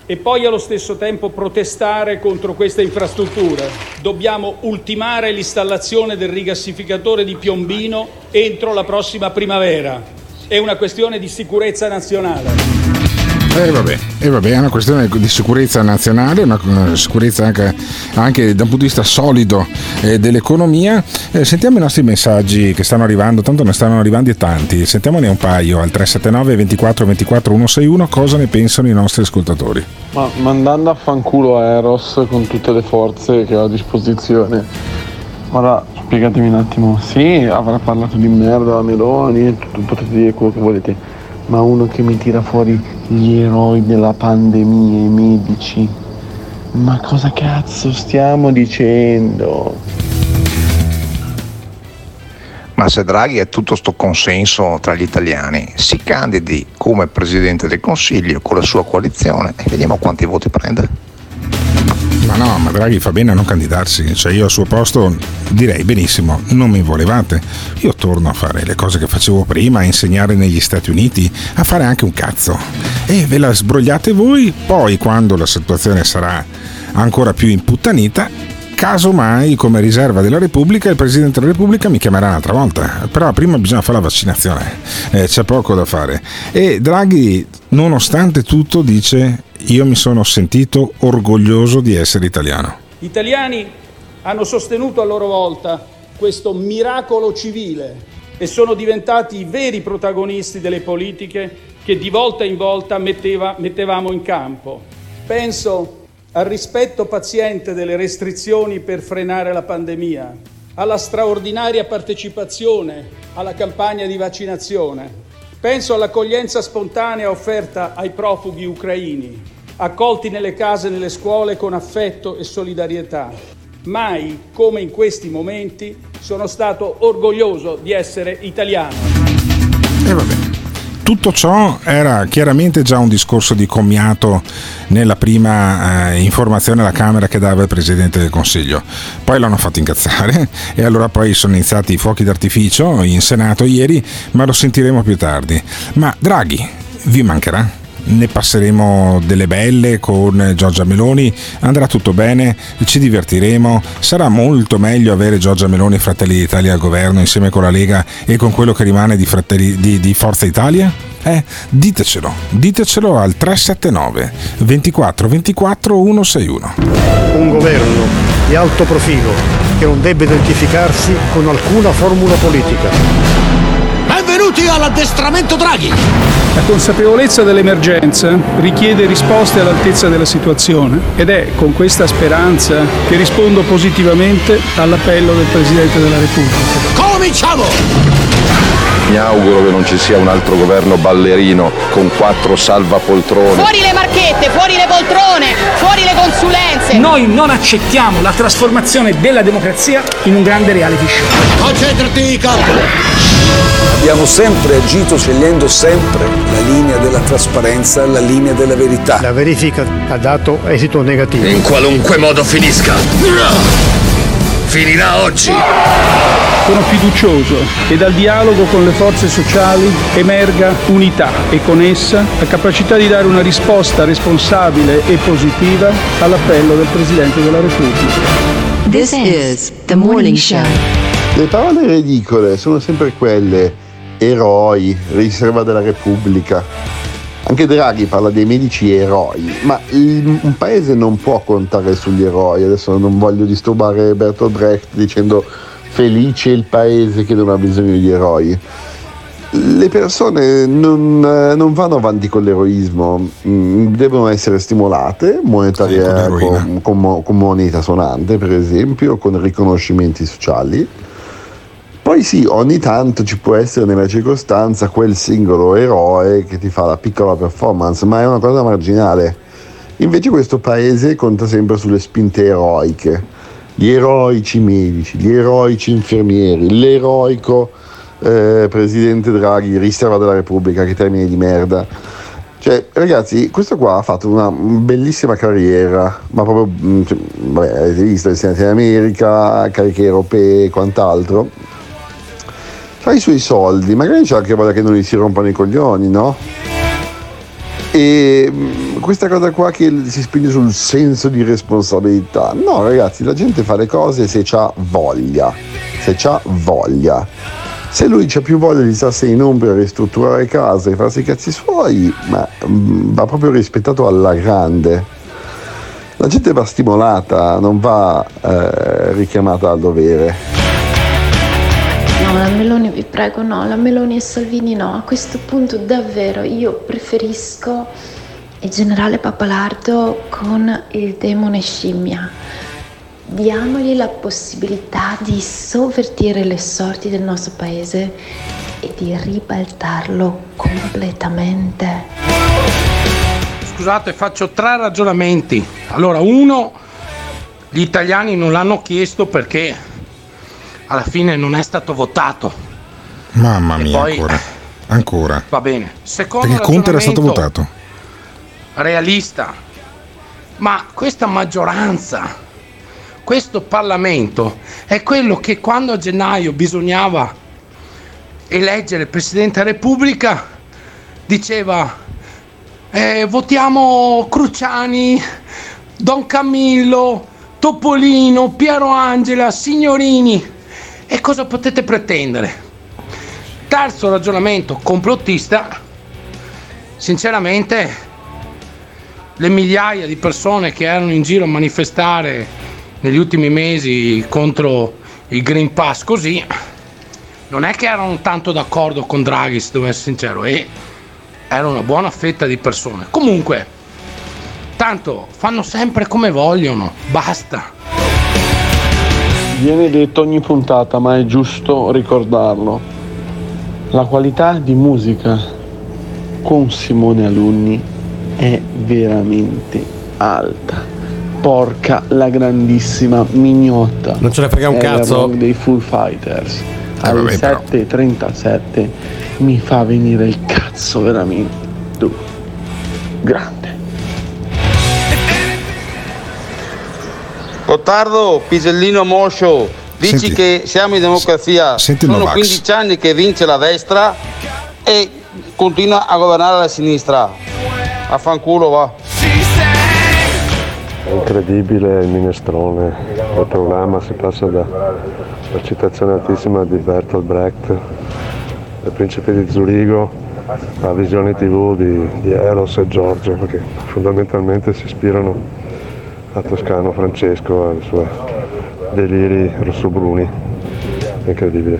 e poi allo stesso tempo protestare contro queste infrastrutture. Dobbiamo ultimare l'installazione del rigassificatore di Piombino entro la prossima primavera. È una questione di sicurezza nazionale. Vabbè, è una questione di sicurezza nazionale, una sicurezza anche da un punto di vista solido dell'economia. Sentiamo i nostri messaggi che stanno arrivando, tanto ne stanno arrivando tanti, sentiamone un paio al 379 24 24 161, cosa ne pensano i nostri ascoltatori. Ma mandando a fanculo Eros con tutte le forze che ho a disposizione. Ora spiegatemi un attimo, sì, avrà parlato di merda la Meloni, potete dire quello che volete, ma uno che mi tira fuori gli eroi della pandemia, i medici, ma cosa cazzo stiamo dicendo? Ma se Draghi è tutto sto consenso tra gli italiani, si candidi come Presidente del Consiglio con la sua coalizione e vediamo quanti voti prende. Ma Draghi fa bene a non candidarsi, cioè io al suo posto direi benissimo, non mi volevate, io torno a fare le cose che facevo prima, a insegnare negli Stati Uniti, a fare anche un cazzo e ve la sbrogliate voi, poi quando la situazione sarà ancora più imputtanita, casomai come riserva della Repubblica il Presidente della Repubblica mi chiamerà un'altra volta, però prima bisogna fare la vaccinazione, c'è poco da fare. E Draghi nonostante tutto dice: io mi sono sentito orgoglioso di essere italiano. Gli italiani hanno sostenuto a loro volta questo miracolo civile e sono diventati i veri protagonisti delle politiche che di volta in volta mettevamo in campo. Penso al rispetto paziente delle restrizioni per frenare la pandemia, alla straordinaria partecipazione alla campagna di vaccinazione. Penso all'accoglienza spontanea offerta ai profughi ucraini, accolti nelle case e nelle scuole con affetto e solidarietà. Mai come in questi momenti sono stato orgoglioso di essere italiano. E vabbè. Tutto ciò era chiaramente già un discorso di commiato nella prima informazione alla Camera che dava il Presidente del Consiglio. Poi l'hanno fatto incazzare e allora poi sono iniziati i fuochi d'artificio in Senato ieri, ma lo sentiremo più tardi. Ma Draghi vi mancherà? Ne passeremo delle belle con Giorgia Meloni, andrà tutto bene, ci divertiremo, sarà molto meglio avere Giorgia Meloni e Fratelli d'Italia al governo insieme con la Lega e con quello che rimane di Forza Italia? Ditecelo al 379 24 24 161. Un governo di alto profilo che non deve identificarsi con alcuna formula politica. Benvenuti all'addestramento Draghi! La consapevolezza dell'emergenza richiede risposte all'altezza della situazione ed è con questa speranza che rispondo positivamente all'appello del Presidente della Repubblica. Cominciamo! Mi auguro che non ci sia un altro governo ballerino con 4 salvapoltrone. Fuori le marchette, fuori le poltrone, fuori le consulenze. Noi non accettiamo la trasformazione della democrazia in un grande reality show. Concentrati, capo! Abbiamo sempre agito scegliendo sempre la linea della trasparenza, la linea della verità. La verifica ha dato esito negativo. In qualunque modo finisca, finirà oggi. Sono fiducioso che dal dialogo con le forze sociali emerga unità e con essa la capacità di dare una risposta responsabile e positiva all'appello del Presidente della Repubblica. This is the morning show. Le parole ridicole sono sempre quelle: eroi, riserva della Repubblica. Anche Draghi parla dei medici eroi, ma un paese non può contare sugli eroi. Adesso non voglio disturbare Bertolt Brecht dicendo felice il paese che non ha bisogno di eroi. Le persone non vanno avanti con l'eroismo, devono essere stimolate monetaria, con moneta sonante, per esempio, con riconoscimenti sociali. Poi sì, ogni tanto ci può essere nella circostanza quel singolo eroe che ti fa la piccola performance, ma è una cosa marginale. Invece questo paese conta sempre sulle spinte eroiche, gli eroici medici, gli eroici infermieri, l'eroico Presidente Draghi, riserva della Repubblica, che termine di merda. Cioè, ragazzi, questo qua ha fatto una bellissima carriera, ma proprio, avete visto il Senato in America, cariche europee e quant'altro. Fa i suoi soldi, magari c'è anche voglia che non gli si rompano i coglioni, no? E questa cosa qua che si spinge sul senso di responsabilità, no ragazzi, la gente fa le cose se c'ha voglia, se lui c'ha più voglia di starsi in ombra, ristrutturare casa e farsi i cazzi suoi, ma va proprio rispettato alla grande. La gente va stimolata, non va richiamata al dovere. No, la Meloni, vi prego, no, la Meloni e Salvini no, a questo punto davvero io preferisco il generale Pappalardo con il demone scimmia. Diamogli la possibilità di sovvertire le sorti del nostro paese e di ribaltarlo completamente. Scusate, faccio 3 ragionamenti. Allora, uno, gli italiani non l'hanno chiesto perché alla fine non è stato votato. Mamma mia, poi, ancora. Va bene. Secondo perché Conte era stato votato. Realista. Ma questa maggioranza, questo Parlamento è quello che quando a gennaio bisognava eleggere il Presidente della Repubblica diceva votiamo Cruciani, Don Camillo, Topolino, Piero Angela, Signorini. E cosa potete pretendere? Terzo ragionamento complottista, sinceramente le migliaia di persone che erano in giro a manifestare negli ultimi mesi contro il Green Pass così non è che erano tanto d'accordo con Draghi, se devo essere sincero, e era una buona fetta di persone. Comunque, tanto fanno sempre come vogliono, basta. Viene detto ogni puntata, ma è giusto ricordarlo. La qualità di musica con Simone Alunni è veramente alta. Porca la grandissima mignotta. Non ce ne frega un cazzo. Il rock dei Foo Fighters alle 7:37 mi fa venire il cazzo veramente. Grande. Gottardo, Pisellino Moscio, dici Senti, che siamo in democrazia, sono Novax. 15 anni che vince la destra e continua a governare la sinistra. Affanculo va. È incredibile il minestrone, il programma si passa da citazione altissima di Bertolt Brecht, del Principe di Zurigo, a visioni TV di Eros e Giorgio, che fondamentalmente si ispirano a Toscano Francesco, ai suoi deliri rossobruni. È incredibile.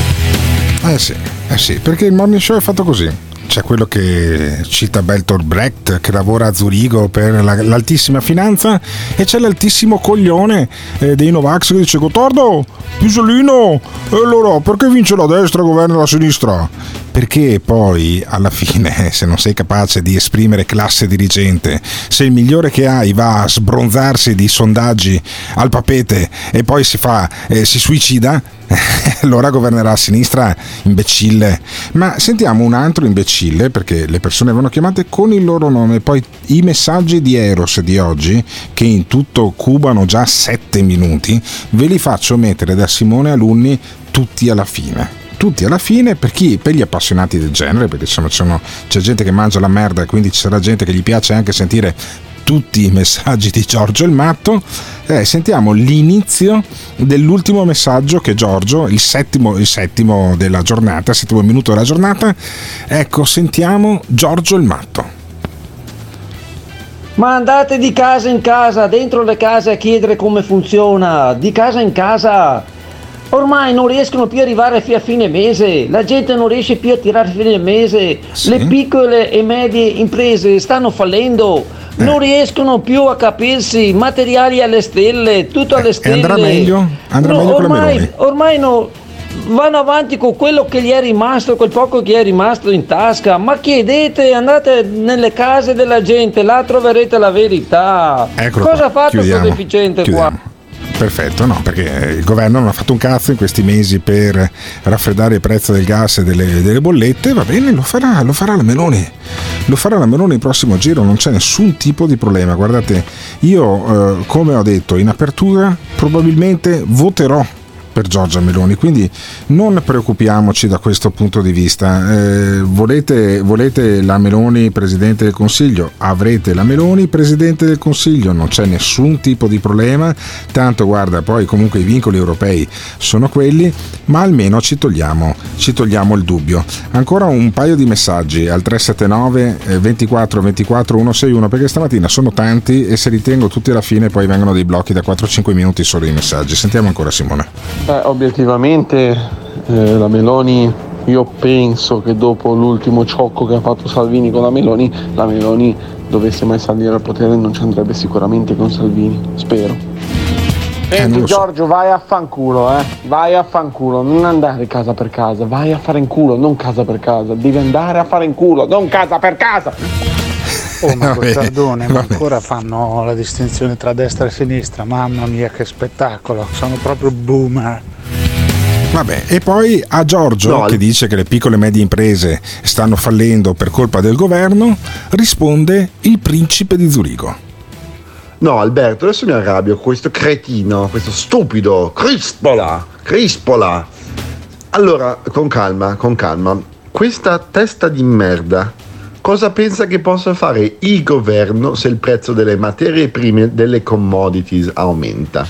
Eh sì, perché il morning show è fatto così. C'è quello che cita Bertolt Brecht, che lavora a Zurigo per l'altissima finanza, e c'è l'altissimo coglione dei Novax che dice: Gottardo, Pisellino, e allora perché vince la destra e governa la sinistra? Perché poi alla fine, se non sei capace di esprimere classe dirigente, se il migliore che hai va a sbronzarsi di sondaggi al papete e poi si suicida, allora governerà a sinistra, imbecille. Ma sentiamo un altro imbecille, perché le persone vanno chiamate con il loro nome. Poi i messaggi di Eros di oggi, che in tutto cubano già 7 minuti, ve li faccio mettere da Simone Alunni tutti alla fine, per gli appassionati del genere, perché c'è gente che mangia la merda e quindi ci sarà gente che gli piace anche sentire tutti i messaggi di Giorgio il Matto. Sentiamo l'inizio dell'ultimo messaggio che Giorgio, il settimo della giornata, il settimo minuto della giornata. Ecco, sentiamo Giorgio il Matto. Ma andate di casa in casa, dentro le case a chiedere come funziona, di casa in casa. Ormai non riescono più ad arrivare a fine mese, la gente non riesce più a tirare fine mese, sì. Le piccole e medie imprese stanno fallendo, non riescono più a capirsi, materiali alle stelle, tutto alle stelle. Andrà meglio con la Meloni. Ormai no, vanno avanti con quello che gli è rimasto, quel poco che è rimasto in tasca. Ma chiedete, andate nelle case della gente, là troverete la verità. Eccolo cosa qua. ha fatto questo deficiente qua? Perfetto, no, perché il governo non ha fatto un cazzo in questi mesi per raffreddare il prezzo del gas e delle bollette. Va bene, lo farà la Meloni. Lo farà la Meloni il prossimo giro, non c'è nessun tipo di problema. Guardate, io come ho detto in apertura, probabilmente voterò per Giorgia Meloni, quindi non preoccupiamoci da questo punto di vista. Volete la Meloni Presidente del Consiglio? Avrete la Meloni Presidente del Consiglio, non c'è nessun tipo di problema, tanto guarda, poi comunque i vincoli europei sono quelli, ma almeno ci togliamo il dubbio. Ancora un paio di messaggi al 379 24 24 161, perché stamattina sono tanti e se li tengo tutti alla fine poi vengono dei blocchi da 4-5 minuti solo i messaggi. Sentiamo ancora Simone. Obiettivamente la Meloni, io penso che dopo l'ultimo ciocco che ha fatto Salvini con la Meloni dovesse mai salire al potere non ci andrebbe sicuramente con Salvini, spero. Senti Giorgio, vai a fanculo, vai a fanculo, non andare casa per casa, vai a fare in culo, non casa per casa, devi andare a fare in culo, non casa per casa. Oh, ma Gotardone, ma ancora fanno la distinzione tra destra e sinistra, mamma mia che spettacolo, sono proprio boomer. Vabbè, e poi a Giorgio, che dice che le piccole e medie imprese stanno fallendo per colpa del governo, risponde il principe di Zurigo. No, Alberto, adesso mi arrabbio con questo cretino, questo stupido, crispola. Allora, con calma, questa testa di merda, cosa pensa che possa fare il governo se il prezzo delle materie prime, delle commodities aumenta?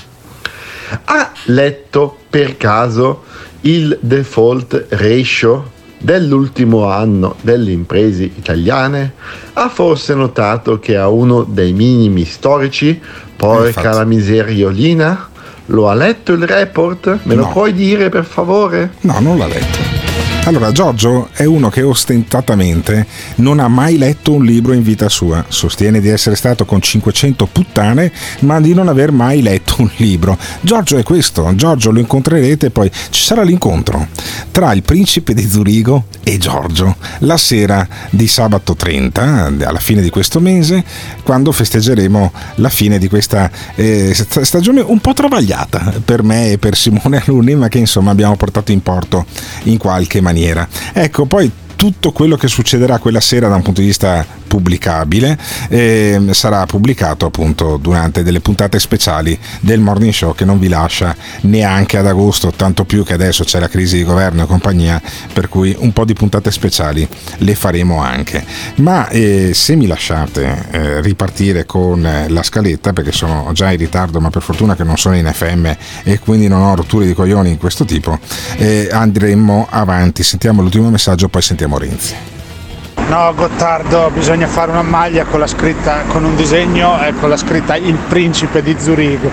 Ha letto per caso il default ratio dell'ultimo anno delle imprese italiane? Ha forse notato che ha uno dei minimi storici? Porca la miseriolina? Lo ha letto il report? Me lo puoi dire per favore? No, non l'ha letto. Allora, Giorgio è uno che ostentatamente non ha mai letto un libro in vita sua. Sostiene di essere stato con 500 puttane, ma di non aver mai letto un libro. Giorgio è questo. Giorgio lo incontrerete, poi ci sarà l'incontro tra il principe di Zurigo e Giorgio la sera di sabato 30, alla fine di questo mese, quando festeggeremo la fine di questa stagione un po' travagliata per me e per Simone Alunni, ma che insomma abbiamo portato in porto in qualche maniera. Ecco, poi tutto quello che succederà quella sera da un punto di vista pubblicabile sarà pubblicato appunto durante delle puntate speciali del Morning Show, che non vi lascia neanche ad agosto, tanto più che adesso c'è la crisi di governo e compagnia, per cui un po' di puntate speciali le faremo anche. Ma se mi lasciate ripartire con la scaletta, perché sono già in ritardo, ma per fortuna che non sono in FM e quindi non ho rotture di coglioni di questo tipo, andremo avanti. Sentiamo l'ultimo messaggio, poi sentiamo Renzi. No, Gottardo, bisogna fare una maglia con la scritta, con un disegno e con la scritta Il Principe di Zurigo.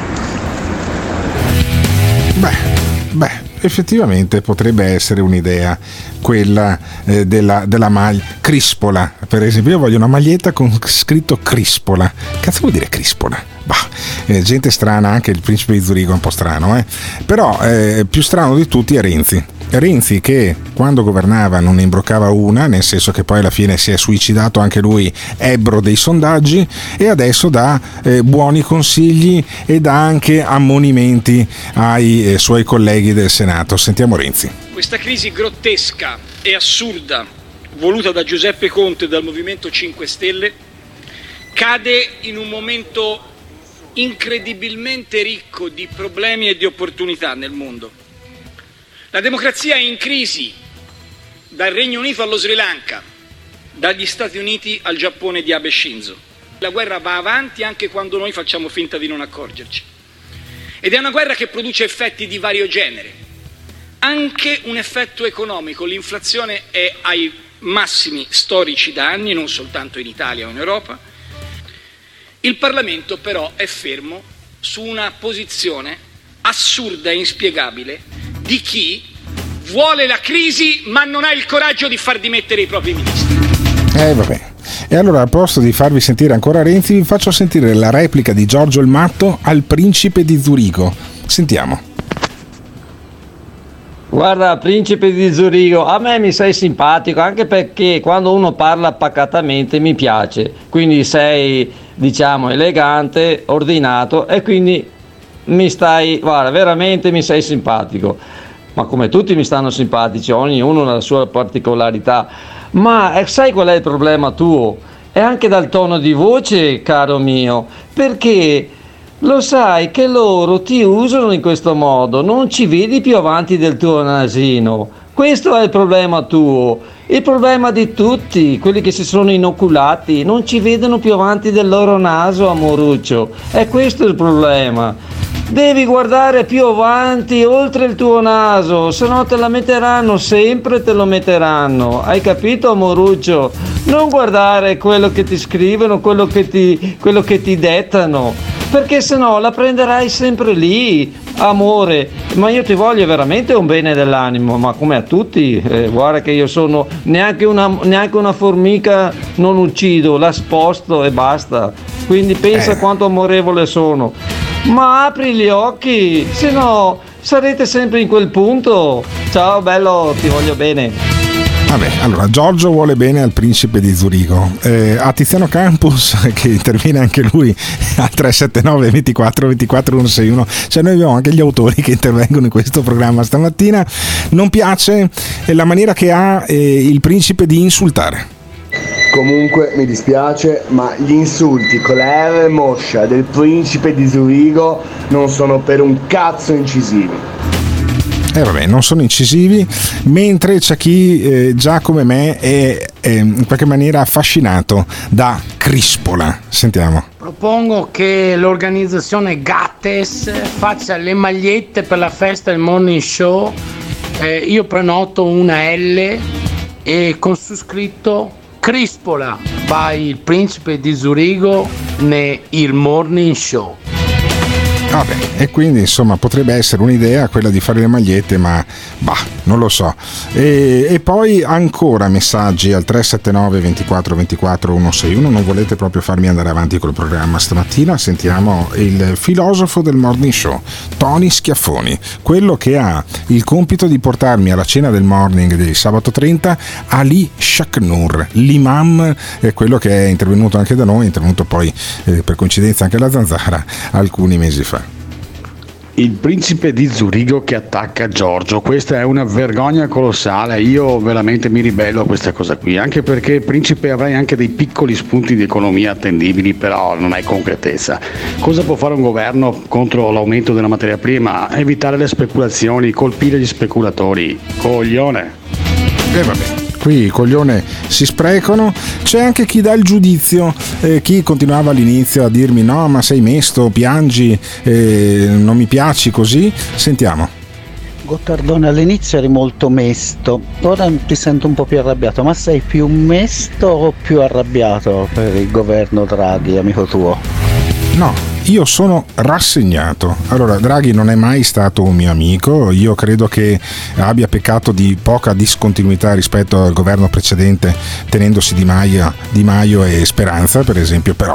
Beh, effettivamente potrebbe essere un'idea quella della maglia crispola, per esempio. Io voglio una maglietta con scritto crispola. Cazzo vuol dire crispola? Gente strana, anche il principe di Zurigo è un po' strano, però più strano di tutti è Renzi, che quando governava non ne imbroccava una, nel senso che poi alla fine si è suicidato anche lui, ebbro dei sondaggi, e adesso dà buoni consigli e dà anche ammonimenti ai suoi colleghi del Senato. Sentiamo Renzi. Questa crisi grottesca e assurda voluta da Giuseppe Conte e dal Movimento 5 Stelle cade in un momento incredibilmente ricco di problemi e di opportunità nel mondo. La democrazia è in crisi, dal Regno Unito allo Sri Lanka, dagli Stati Uniti al Giappone di Abe Shinzo. La guerra va avanti anche quando noi facciamo finta di non accorgerci. Ed è una guerra che produce effetti di vario genere, anche un effetto economico. L'inflazione è ai massimi storici da anni, non soltanto in Italia o in Europa. Il Parlamento però è fermo su una posizione assurda e inspiegabile di chi vuole la crisi ma non ha il coraggio di far dimettere i propri ministri. Vabbè. E allora, al posto di farvi sentire ancora Renzi, vi faccio sentire la replica di Giorgio il Matto al principe di Zurigo. Sentiamo. Guarda, principe di Zurigo, a me mi sei simpatico, anche perché quando uno parla pacatamente mi piace, quindi sei, diciamo, elegante, ordinato, e quindi veramente mi sei simpatico, ma come tutti mi stanno simpatici, ognuno ha la sua particolarità. Ma sai qual è il problema tuo? È anche dal tono di voce, caro mio, perché Lo sai che loro ti usano in questo modo, non ci vedi più avanti del tuo nasino. Questo è il problema tuo, il problema di tutti, quelli che si sono inoculati, non ci vedono più avanti del loro naso, amoruccio. È questo il problema. Devi guardare più avanti, oltre il tuo naso, se no te la metteranno, sempre te lo metteranno. Hai capito, amoruccio? Non guardare quello che ti scrivono, quello che ti dettano, perché se no la prenderai sempre lì, amore. Ma io ti voglio veramente un bene dell'animo, ma come a tutti. Guarda che io sono neanche una formica non uccido, la sposto e basta. Quindi pensa quanto amorevole sono. Ma apri gli occhi, se no sarete sempre in quel punto. Ciao bello, ti voglio bene. Vabbè, allora Giorgio vuole bene al principe di Zurigo, a Tiziano Campus che interviene anche lui al 379 24 24 161, cioè noi abbiamo anche gli autori che intervengono in questo programma stamattina. Non piace la maniera che ha il principe di insultare. Comunque mi dispiace, ma gli insulti con la R moscia del principe di Zurigo non sono per un cazzo incisivi. Vabbè, non sono incisivi, mentre c'è chi già come me è in qualche maniera affascinato da Crispola. Sentiamo. Propongo che l'organizzazione Gattes faccia le magliette per la festa del Morning Show. Io prenoto una L e con su scritto Crispola by il principe di Zurigo il Morning Show. Vabbè, e quindi insomma potrebbe essere un'idea quella di fare le magliette, ma non lo so. E poi ancora messaggi al 379 24 24 161. Non volete proprio farmi andare avanti col programma stamattina? Sentiamo il filosofo del Morning Show, Tony Schiaffoni, quello che ha il compito di portarmi alla cena del morning di sabato 30, Ali Shaknour, l'imam, quello che è intervenuto anche da noi, è intervenuto poi per coincidenza anche alla Zanzara alcuni mesi fa. Il principe di Zurigo che attacca Giorgio, questa è una vergogna colossale. Io veramente mi ribello a questa cosa qui, anche perché principe avrai anche dei piccoli spunti di economia attendibili, però non hai concretezza. Cosa può fare un governo contro l'aumento della materia prima? Evitare le speculazioni, colpire gli speculatori. Coglione. Vabbè, qui i coglione si sprecano. C'è anche chi dà il giudizio, chi continuava all'inizio a dirmi no ma sei mesto, piangi, non mi piaci così. Sentiamo. Gottardone, all'inizio eri molto mesto, ora ti sento un po' più arrabbiato, ma sei più mesto o più arrabbiato per il governo Draghi, amico tuo? No, io sono rassegnato. Allora, Draghi non è mai stato un mio amico, io credo che abbia peccato di poca discontinuità rispetto al governo precedente, tenendosi Di Maio e Speranza per esempio, però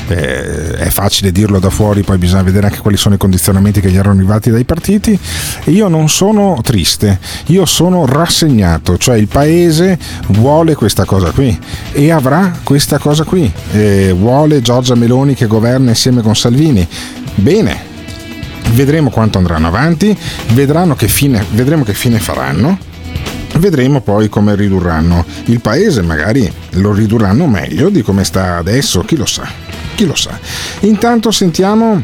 è facile dirlo da fuori, poi bisogna vedere anche quali sono i condizionamenti che gli erano arrivati dai partiti. Io non sono triste, io sono rassegnato, cioè il paese vuole questa cosa qui e avrà questa cosa qui, vuole Giorgia Meloni che governa insieme con Salvini. Bene, vedremo quanto andranno avanti, vedremo che fine faranno, vedremo poi come ridurranno il paese, magari lo ridurranno meglio di come sta adesso, chi lo sa. Intanto sentiamo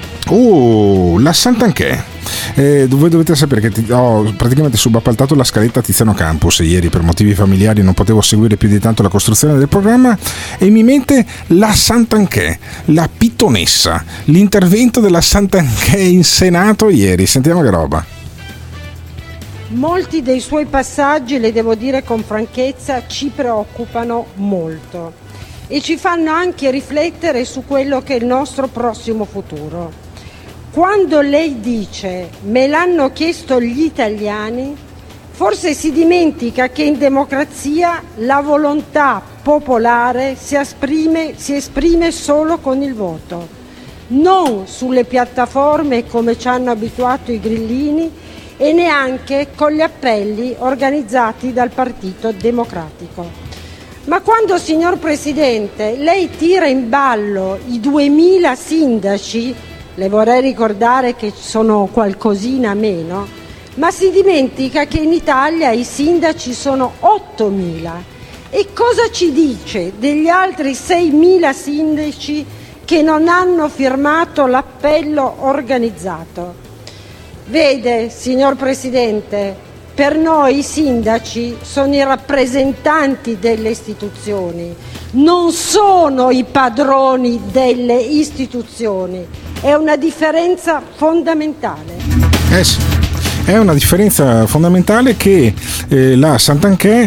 la Santanchè. Voi dovete sapere che ho praticamente subappaltato la scaletta a Tiziano Campus ieri per motivi familiari, non potevo seguire più di tanto la costruzione del programma e mi mente la Santanchè, la pitonessa, l'intervento della Santanchè in Senato ieri. Sentiamo che roba. Molti dei suoi passaggi, le devo dire con franchezza, ci preoccupano molto e ci fanno anche riflettere su quello che è il nostro prossimo futuro. Quando lei dice "me l'hanno chiesto gli italiani", forse si dimentica che in democrazia la volontà popolare si esprime solo con il voto, non sulle piattaforme come ci hanno abituato i grillini e neanche con gli appelli organizzati dal Partito Democratico. Ma quando, signor Presidente, lei tira in ballo i 2000 sindaci, le vorrei ricordare che sono qualcosina meno, ma si dimentica che in Italia i sindaci sono 8.000. E cosa ci dice degli altri 6.000 sindaci che che non hanno firmato l'appello organizzato. Vede, signor Presidente, per noi i sindaci sono i rappresentanti delle istituzioni, non sono i padroni delle istituzioni. È una differenza fondamentale. Sì. È una differenza fondamentale che la Santanchè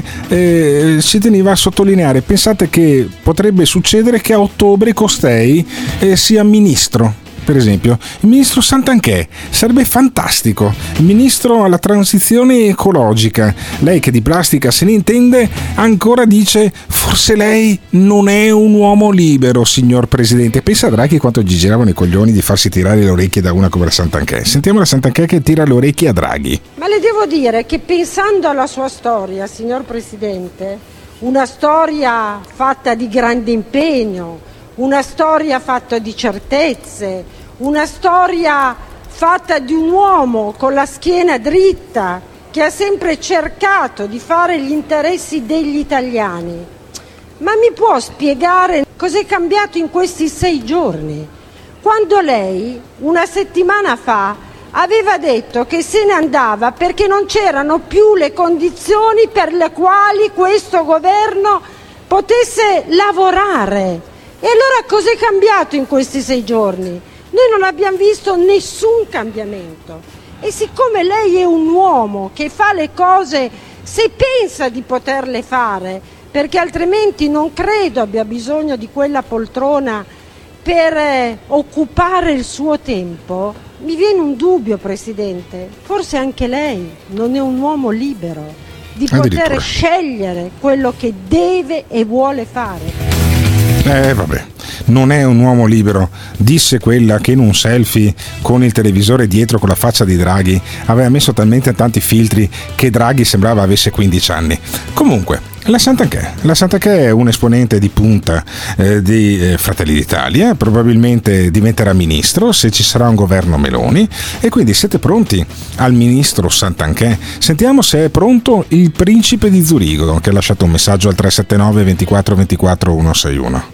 si teneva a sottolineare. Pensate che potrebbe succedere che a ottobre costei sia ministro. Per esempio, il ministro Santanchè sarebbe fantastico, il ministro alla transizione ecologica. Lei che di plastica se ne intende ancora dice: forse lei non è un uomo libero, signor Presidente. Pensa a Draghi quanto gli giravano i coglioni di farsi tirare le orecchie da una come la Santanchè. Sentiamo la Santanchè che tira le orecchie a Draghi. Ma le devo dire che, pensando alla sua storia, signor Presidente, una storia fatta di grande impegno, una storia fatta di certezze, una storia fatta di un uomo con la schiena dritta che ha sempre cercato di fare gli interessi degli italiani. Ma mi può spiegare cos'è cambiato in questi 6 giorni? Quando lei, una settimana fa, aveva detto che se ne andava perché non c'erano più le condizioni per le quali questo governo potesse lavorare. E allora cos'è cambiato in questi 6 giorni? Noi non abbiamo visto nessun cambiamento. E siccome lei è un uomo che fa le cose se pensa di poterle fare, perché altrimenti non credo abbia bisogno di quella poltrona per occupare il suo tempo, mi viene un dubbio, Presidente. Forse anche lei non è un uomo libero di poter scegliere quello che deve e vuole fare. Vabbè, non è un uomo libero, disse quella che in un selfie con il televisore dietro con la faccia di Draghi aveva messo talmente tanti filtri che Draghi sembrava avesse 15 anni. Comunque, la Santanchè è un esponente di punta di Fratelli d'Italia, probabilmente diventerà ministro se ci sarà un governo Meloni, e quindi siete pronti al ministro Santanchè? Sentiamo se è pronto il principe di Zurigo, che ha lasciato un messaggio al 379 24 24 161.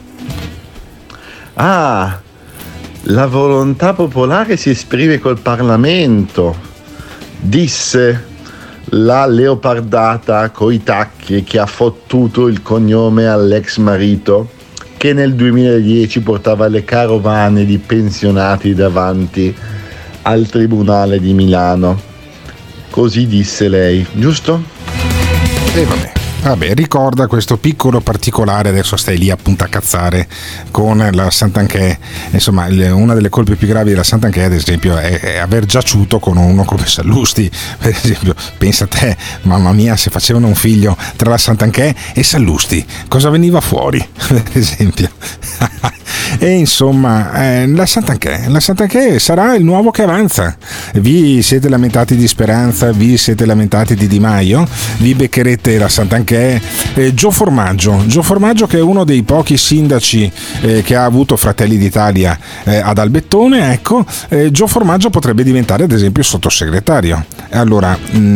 Ah, la volontà popolare si esprime col Parlamento, disse la leopardata coi tacchi che ha fottuto il cognome all'ex marito, che nel 2010 portava le carovane di pensionati davanti al Tribunale di Milano. Così disse lei, giusto? Vabbè, ricorda questo piccolo particolare, adesso stai lì appunto a cazzare con la Santanchè. Insomma, una delle colpe più gravi della Santanchè, ad esempio, è aver giaciuto con uno come Sallusti. Per esempio, pensa a te, mamma mia, se facevano un figlio tra la Santanchè e Sallusti, cosa veniva fuori, per esempio? E insomma, la Santanchè sarà il nuovo che avanza. Vi siete lamentati di Speranza, vi siete lamentati di Di Maio, vi beccherete la Santanchè. Gio Formaggio, che è uno dei pochi sindaci che ha avuto Fratelli d'Italia ad Albettone, ecco, Gio Formaggio potrebbe diventare ad esempio sottosegretario. Allora,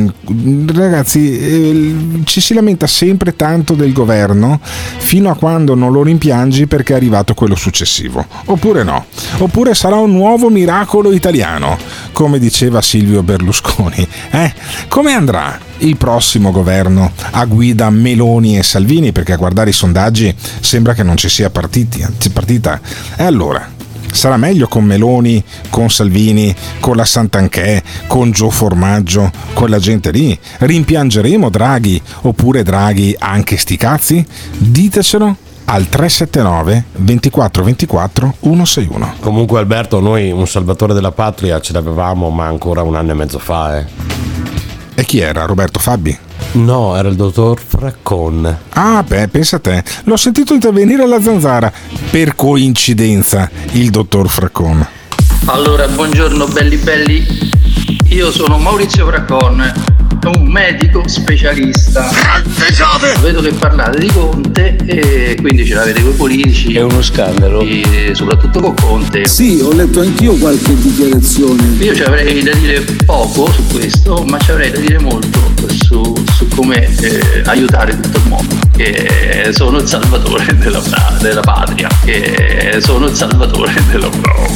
ragazzi, ci si lamenta sempre tanto del governo fino a quando non lo rimpiangi perché è arrivato quello successivo, oppure no, oppure sarà un nuovo miracolo italiano, come diceva Silvio Berlusconi. Come andrà il prossimo governo a guida Meloni e Salvini? Perché a guardare i sondaggi sembra che non ci sia partita. E allora, sarà meglio con Meloni, con Salvini, con la Santanchè, con Gio Formaggio, quella gente lì? Rimpiangeremo Draghi, oppure Draghi anche sti cazzi? Ditecelo al 379 24 24 161. Comunque, Alberto, noi un salvatore della patria ce l'avevamo, ma ancora 1 anno e mezzo fa. E chi era? Roberto Fabi? No, era il dottor Fraccon. Ah, beh, pensa a te, l'ho sentito intervenire alla Zanzara, per coincidenza, il dottor Fraccon. Allora, buongiorno belli, io sono Maurizio Fraccon, un medico specialista. Vedo che parlate di Conte e quindi ce l'avete con i politici. È uno scandalo. E soprattutto con Conte. Sì, ho letto anch'io qualche dichiarazione. Io ci avrei da dire poco su questo, ma ci avrei da dire molto su come aiutare tutto il mondo. che sono il salvatore della patria, che sono il salvatore della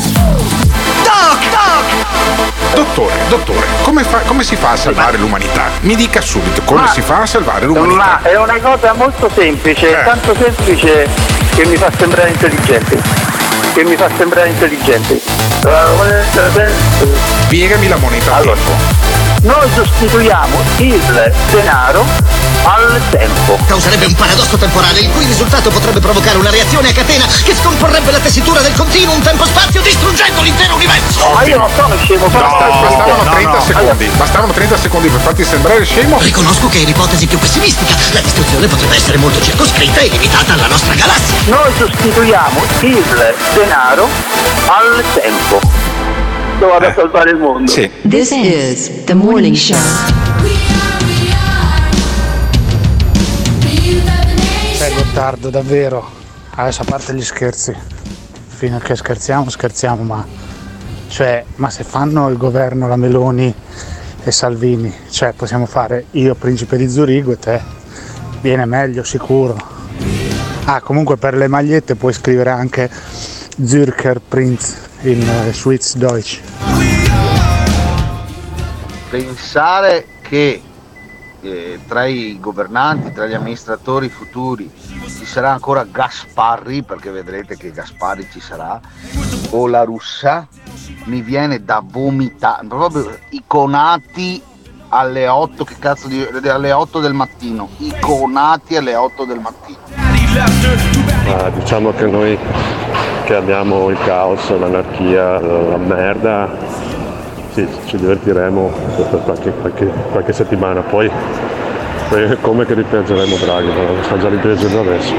Dottore, come si fa a salvare l'umanità? Mi dica subito come si fa a salvare l'umanità. Ma è una cosa molto semplice, tanto semplice che mi fa sembrare intelligente. Spiegami la moneta a tempo. Noi sostituiamo il denaro al tempo. Causerebbe un paradosso temporale, il cui risultato potrebbe provocare una reazione a catena che scomporrebbe la tessitura del continuum tempo-spazio, distruggendo l'intero universo. Ma io non sono scemo, Bastavano 30 secondi per farti sembrare scemo. Riconosco che è l'ipotesi più pessimistica. La distruzione potrebbe essere molto circoscritta e limitata alla nostra galassia. Noi sostituiamo il denaro al tempo. Vado a salvare il mondo. Sì. This is the morning show. Gottardo, davvero. Adesso a parte gli scherzi. Fino a che scherziamo, ma se fanno il governo la Meloni e Salvini, possiamo fare io principe di Zurigo e te. Viene meglio sicuro. Comunque per le magliette puoi scrivere anche Zürcher Prinz in Schweizerdeutsch. Pensare che tra i governanti, tra gli amministratori futuri ci sarà ancora Gasparri, perché vedrete che Gasparri ci sarà, o la Russa, mi viene da vomitare. Proprio iconati alle 8, alle 8 del mattino, iconati alle 8 del mattino. Diciamo che noi che abbiamo il caos, l'anarchia, la merda, sì, ci divertiremo per qualche settimana, poi come che ripiangeremo Draghi, ma sta già ripiangendo adesso.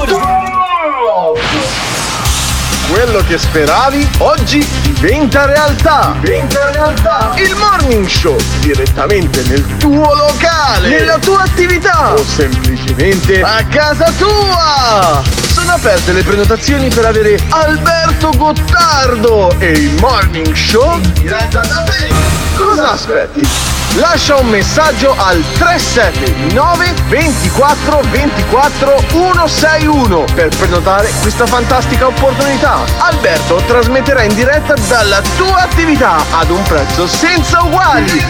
Quello che speravi oggi diventa realtà. Il Morning Show direttamente nel tuo locale, nella tua attività o semplicemente a casa tua. Sono aperte le prenotazioni per avere Alberto Gottardo e il Morning Show in diretta da te. Cosa aspetti? Lascia un messaggio al 379 24 24 161 per prenotare questa fantastica opportunità. Alberto trasmetterà in diretta dalla tua attività ad un prezzo senza uguali.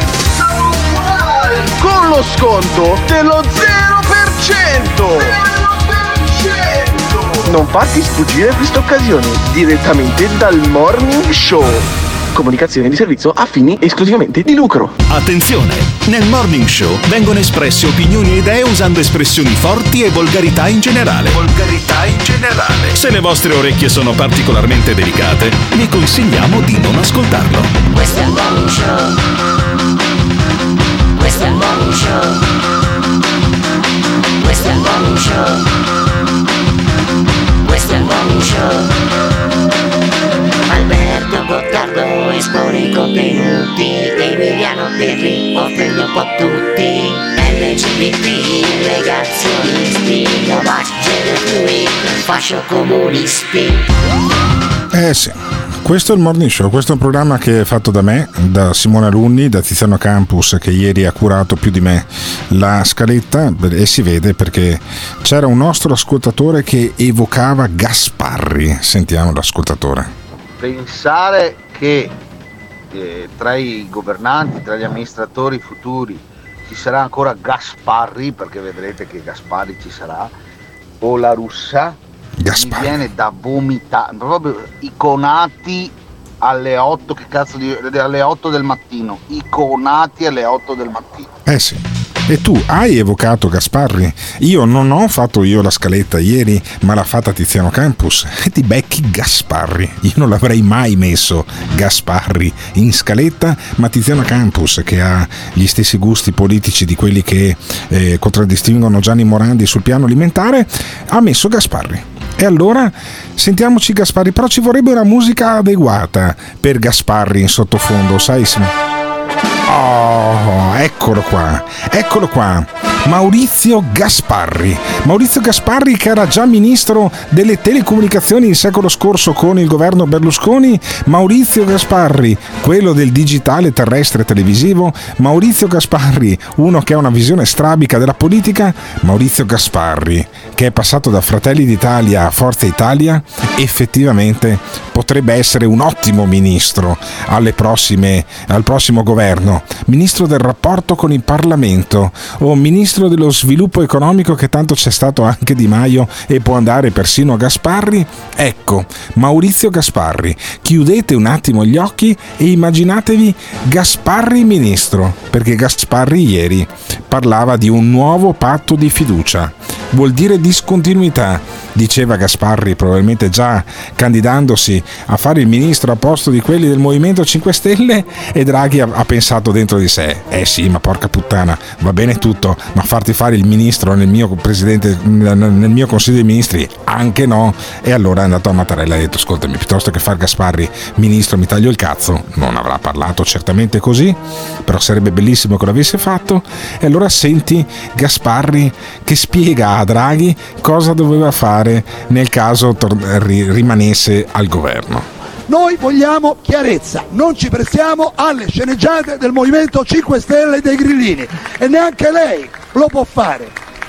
Con lo sconto dello 0%. Non farti sfuggire questa occasione direttamente dal Morning Show. Comunicazione di servizio a fini esclusivamente di lucro. Attenzione! Nel Morning Show vengono espresse opinioni e idee usando espressioni forti e volgarità in generale. Se le vostre orecchie sono particolarmente delicate, vi consigliamo di non ascoltarlo. Questo è il Morning Show. Questo è il Morning Show. Questo è il Morning Show. Questo è il Morning Show. Alberto Gottardo espone i contenuti, Emiliano Pirri offende un po' tutti, LGBT, negazionisti, Novak, gender fluid, fascio comunisti. Sì, questo è il Morning Show, questo è un programma che è fatto da me, da Simone Alunni, da Tiziano Campus, che ieri ha curato più di me la scaletta, e si vede perché c'era un nostro ascoltatore che evocava Gasparri. Sentiamo l'ascoltatore. Pensare che tra i governanti, tra gli amministratori futuri ci sarà ancora Gasparri, perché vedrete che Gasparri ci sarà, o la Russa, mi viene da vomitare. Proprio iconati alle 8, alle 8 del mattino, iconati alle 8 del mattino. Sì. E tu hai evocato Gasparri? Io non ho fatto io la scaletta ieri, ma l'ha fatta Tiziano Campus, e ti becchi Gasparri. Io non l'avrei mai messo Gasparri in scaletta, ma Tiziano Campus, che ha gli stessi gusti politici di quelli che contraddistinguono Gianni Morandi sul piano alimentare, ha messo Gasparri. E allora sentiamoci Gasparri, però ci vorrebbe una musica adeguata per Gasparri in sottofondo, sai? Oh, eccolo qua. Maurizio Gasparri. Maurizio Gasparri, che era già ministro delle telecomunicazioni il secolo scorso con il governo Berlusconi. Maurizio Gasparri, quello del digitale terrestre televisivo. Maurizio Gasparri, uno che ha una visione strabica della politica. Maurizio Gasparri, che è passato da Fratelli d'Italia a Forza Italia, effettivamente potrebbe essere un ottimo ministro al prossimo governo, ministro del rapporto con il Parlamento o ministro dello sviluppo economico, che tanto c'è stato anche Di Maio e può andare persino a Gasparri. Ecco, Maurizio Gasparri, chiudete un attimo gli occhi e immaginatevi Gasparri ministro, perché Gasparri ieri parlava di un nuovo patto di fiducia. Vuol dire discontinuità, diceva Gasparri, probabilmente già candidandosi a fare il ministro a posto di quelli del Movimento 5 Stelle, e Draghi ha pensato dentro di sé: sì, ma porca puttana, va bene tutto, ma farti fare il ministro nel mio Consiglio dei Ministri anche no. E allora è andato a Mattarella e ha detto: ascoltami, piuttosto che far Gasparri ministro mi taglio il cazzo. Non avrà parlato certamente così, però sarebbe bellissimo che l'avesse fatto. E allora senti Gasparri che spiega a Draghi cosa doveva fare nel caso rimanesse al governo. Noi vogliamo chiarezza, non ci prestiamo alle sceneggiate del Movimento 5 Stelle e dei grillini, e neanche lei lo può fare.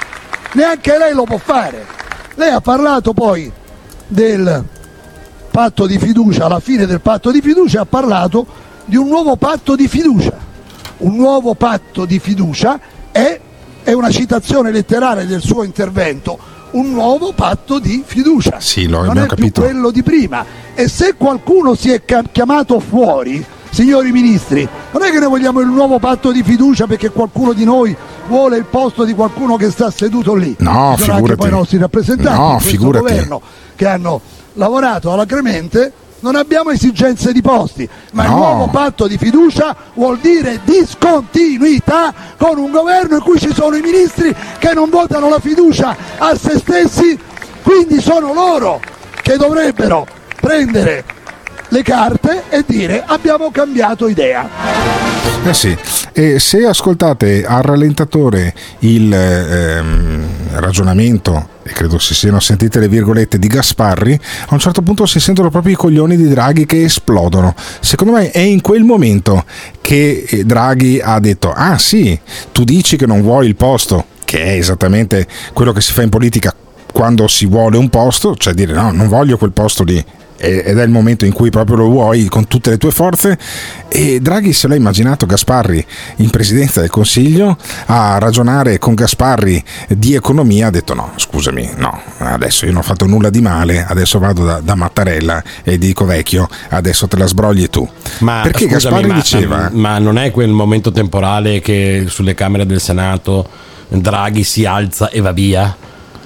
Lei ha parlato poi del patto di fiducia, alla fine del patto di fiducia ha parlato di un nuovo patto di fiducia. Un nuovo patto di fiducia è una citazione letterale del suo intervento. Un nuovo patto di fiducia. Sì, non è capito. Più quello di prima. E se qualcuno si è chiamato fuori, signori ministri, non è che noi vogliamo il nuovo patto di fiducia perché qualcuno di noi vuole il posto di qualcuno che sta seduto lì. No, ci sono anche poi i nostri rappresentanti in questo governo che hanno lavorato alacremente. Non abbiamo esigenze di posti, ma il nuovo patto di fiducia vuol dire discontinuità con un governo in cui ci sono i ministri che non votano la fiducia a se stessi, quindi sono loro che dovrebbero prendere le carte e dire: abbiamo cambiato idea. Sì, e se ascoltate al rallentatore il ragionamento, e credo si siano sentite le virgolette di Gasparri, a un certo punto si sentono proprio i coglioni di Draghi che esplodono. Secondo me è in quel momento che Draghi ha detto: ah sì, tu dici che non vuoi il posto, che è esattamente quello che si fa in politica quando si vuole un posto, cioè dire no, non voglio quel posto lì, ed è il momento in cui proprio lo vuoi con tutte le tue forze. E Draghi se l'ha immaginato Gasparri in presidenza del Consiglio a ragionare con Gasparri di economia. Ha detto: no, scusami, no, adesso io non ho fatto nulla di male, adesso vado da Mattarella e dico: vecchio, adesso te la sbrogli tu. Ma perché scusami, Gasparri diceva ma non è quel momento temporale che sulle Camere del Senato Draghi si alza e va via?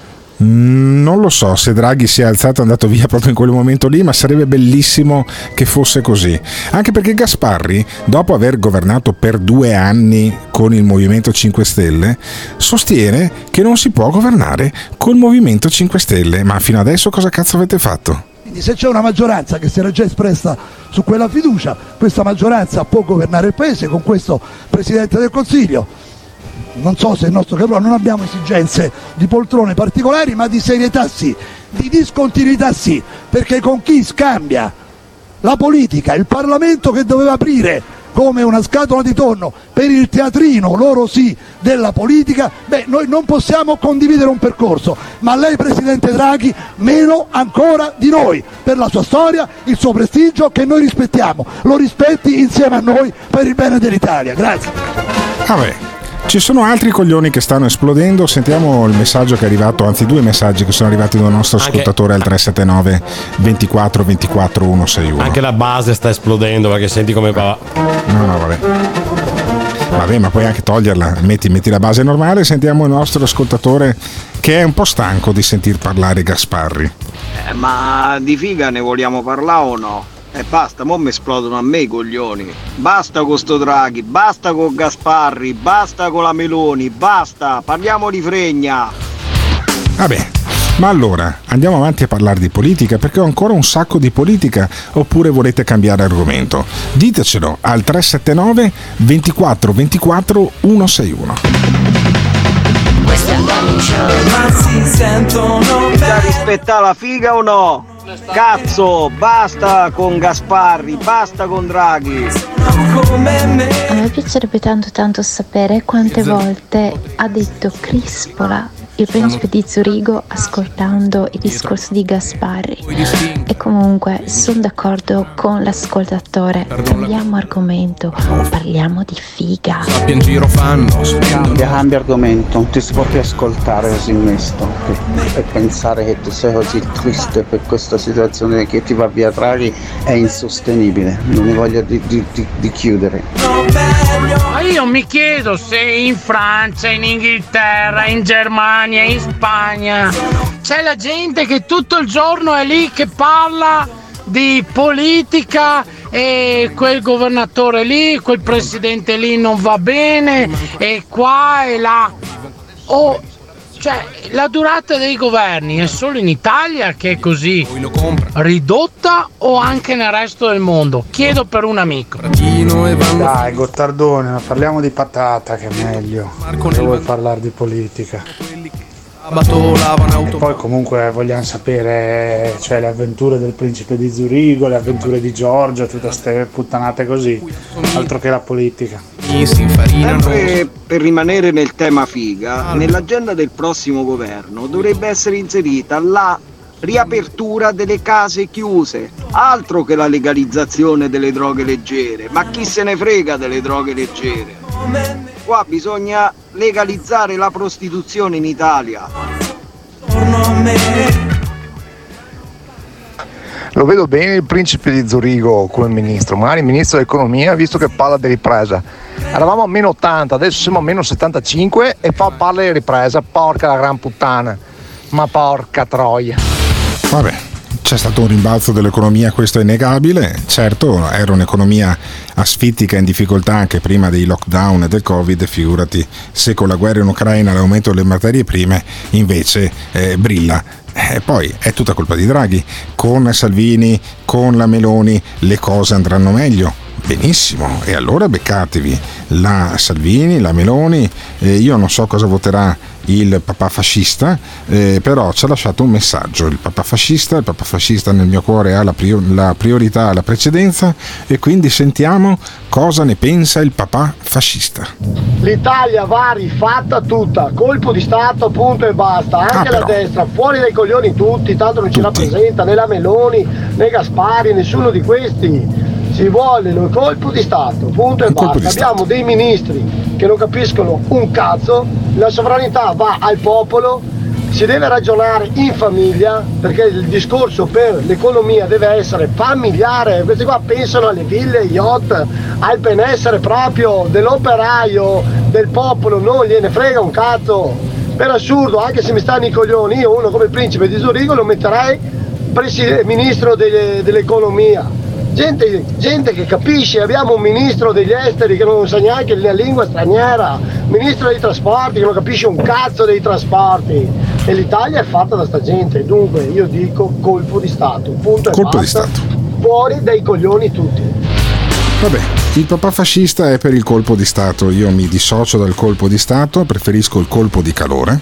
Non lo so se Draghi si è alzato e è andato via proprio in quel momento lì, ma sarebbe bellissimo che fosse così, anche perché Gasparri, dopo aver governato per 2 anni con il Movimento 5 Stelle, sostiene che non si può governare col Movimento 5 Stelle. Ma fino adesso cosa cazzo avete fatto? Quindi se c'è una maggioranza che si era già espressa su quella fiducia, questa maggioranza può governare il paese con questo Presidente del Consiglio. Non so se il nostro capo, non abbiamo esigenze di poltrone particolari, ma di serietà sì, di discontinuità sì, perché con chi scambia la politica, il Parlamento che doveva aprire come una scatola di tonno per il teatrino, loro sì, della politica, noi non possiamo condividere un percorso, ma lei Presidente Draghi meno ancora di noi, per la sua storia, il suo prestigio che noi rispettiamo, lo rispetti insieme a noi per il bene dell'Italia. Grazie. Vabbè. Ci sono altri coglioni che stanno esplodendo. Sentiamo il messaggio che è arrivato, anzi 2 messaggi che sono arrivati dal nostro ascoltatore al 379 24 24 161. Anche la base sta esplodendo, perché senti come va. No, vabbè, ma puoi anche toglierla, metti la base normale. Sentiamo il nostro ascoltatore che è un po' stanco di sentir parlare Gasparri. Ma di figa ne vogliamo parlare o no? E basta, mo mi esplodono a me i coglioni. Basta con sto Draghi, basta con Gasparri, basta con la Meloni, basta, parliamo di fregna. Vabbè, ma allora andiamo avanti a parlare di politica, perché ho ancora un sacco di politica, oppure volete cambiare argomento? Ditecelo al 379 24 24 161. questo è il Morning Show. Ma si sentono da rispettare la figa o no? Cazzo, basta con Gasparri, basta con Draghi. A me piacerebbe tanto sapere quante volte ha detto Crispola il principe di Zurigo ascoltando il discorso di Gasparri. E comunque sono d'accordo con l'ascoltatore, cambiamo argomento, parliamo di figa. Cambia argomento, non ti si può più ascoltare così mesto e pensare che tu sei così triste per questa situazione che ti va via Draghi è insostenibile, non mi voglio di chiudere. Ma io mi chiedo se in Francia, in Inghilterra, in Germania, in Spagna c'è la gente che tutto il giorno è lì che parla di politica e quel governatore lì, quel presidente lì non va bene e qua e là. Cioè, la durata dei governi è solo in Italia che è così ridotta o anche nel resto del mondo? Chiedo per un amico. Dai Gottardone, ma parliamo di patata che è meglio. Se vuoi parlare di politica. E poi comunque vogliamo sapere, cioè, le avventure del principe di Zurigo, le avventure di Giorgio, tutte queste puttanate così, altro che la politica. Sempre per rimanere nel tema figa, nell'agenda del prossimo governo dovrebbe essere inserita la riapertura delle case chiuse, altro che la legalizzazione delle droghe leggere. Ma chi se ne frega delle droghe leggere? Qua bisogna legalizzare la prostituzione in Italia. Lo vedo bene il principe di Zurigo come ministro, magari il ministro dell'economia, visto che parla di ripresa. Eravamo a meno 80, adesso siamo a meno 75 e parla di ripresa, porca la gran puttana, ma porca troia. Vabbè, c'è stato un rimbalzo dell'economia, questo è innegabile. Certo, era un'economia asfittica, in difficoltà anche prima dei lockdown e del Covid, figurati se con la guerra in Ucraina l'aumento delle materie prime invece brilla. Poi è tutta colpa di Draghi, con Salvini, con la Meloni le cose andranno meglio. Benissimo, e allora beccatevi la Salvini, la Meloni, io non so cosa voterà il papà fascista, però ci ha lasciato un messaggio. Il papà fascista nel mio cuore ha la priorità, la precedenza, e quindi sentiamo cosa ne pensa il papà fascista. L'Italia va rifatta tutta, colpo di Stato, punto e basta, anche la destra, fuori dai coglioni tutti, tanto non ci rappresenta né la Meloni né Gasparri, nessuno di questi. Si vuole il colpo di Stato, punto e basta. Abbiamo dei ministri che non capiscono un cazzo, la sovranità va al popolo, si deve ragionare in famiglia, perché il discorso per l'economia deve essere familiare. Questi qua pensano alle ville, yacht, al benessere proprio dell'operaio, del popolo, non gliene frega un cazzo. Per assurdo, anche se mi stanno i coglioni, io uno come il principe di Zurigo lo metterei ministro dell'economia. Gente che capisce, abbiamo un ministro degli esteri che non sa neanche la lingua straniera, ministro dei trasporti che non capisce un cazzo dei trasporti, e l'Italia è fatta da sta gente. Dunque io dico colpo di Stato, punto e basta, fuori dai coglioni tutti. Vabbè, il papà fascista è per il colpo di Stato, io mi dissocio dal colpo di Stato, preferisco il colpo di calore,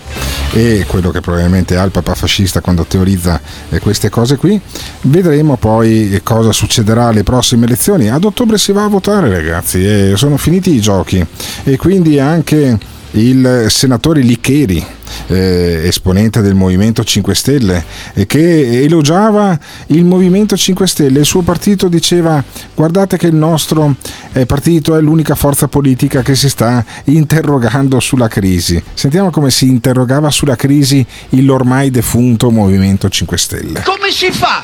e quello che probabilmente ha il papà fascista quando teorizza queste cose qui. Vedremo poi cosa succederà alle prossime elezioni. Ad ottobre si va a votare, ragazzi, e sono finiti i giochi, e quindi anche il senatore Licheri, esponente del Movimento 5 Stelle, che elogiava il Movimento 5 Stelle. Il suo partito diceva: guardate che il nostro partito è l'unica forza politica che si sta interrogando sulla crisi. Sentiamo come si interrogava sulla crisi l'ormai defunto Movimento 5 Stelle. Come si fa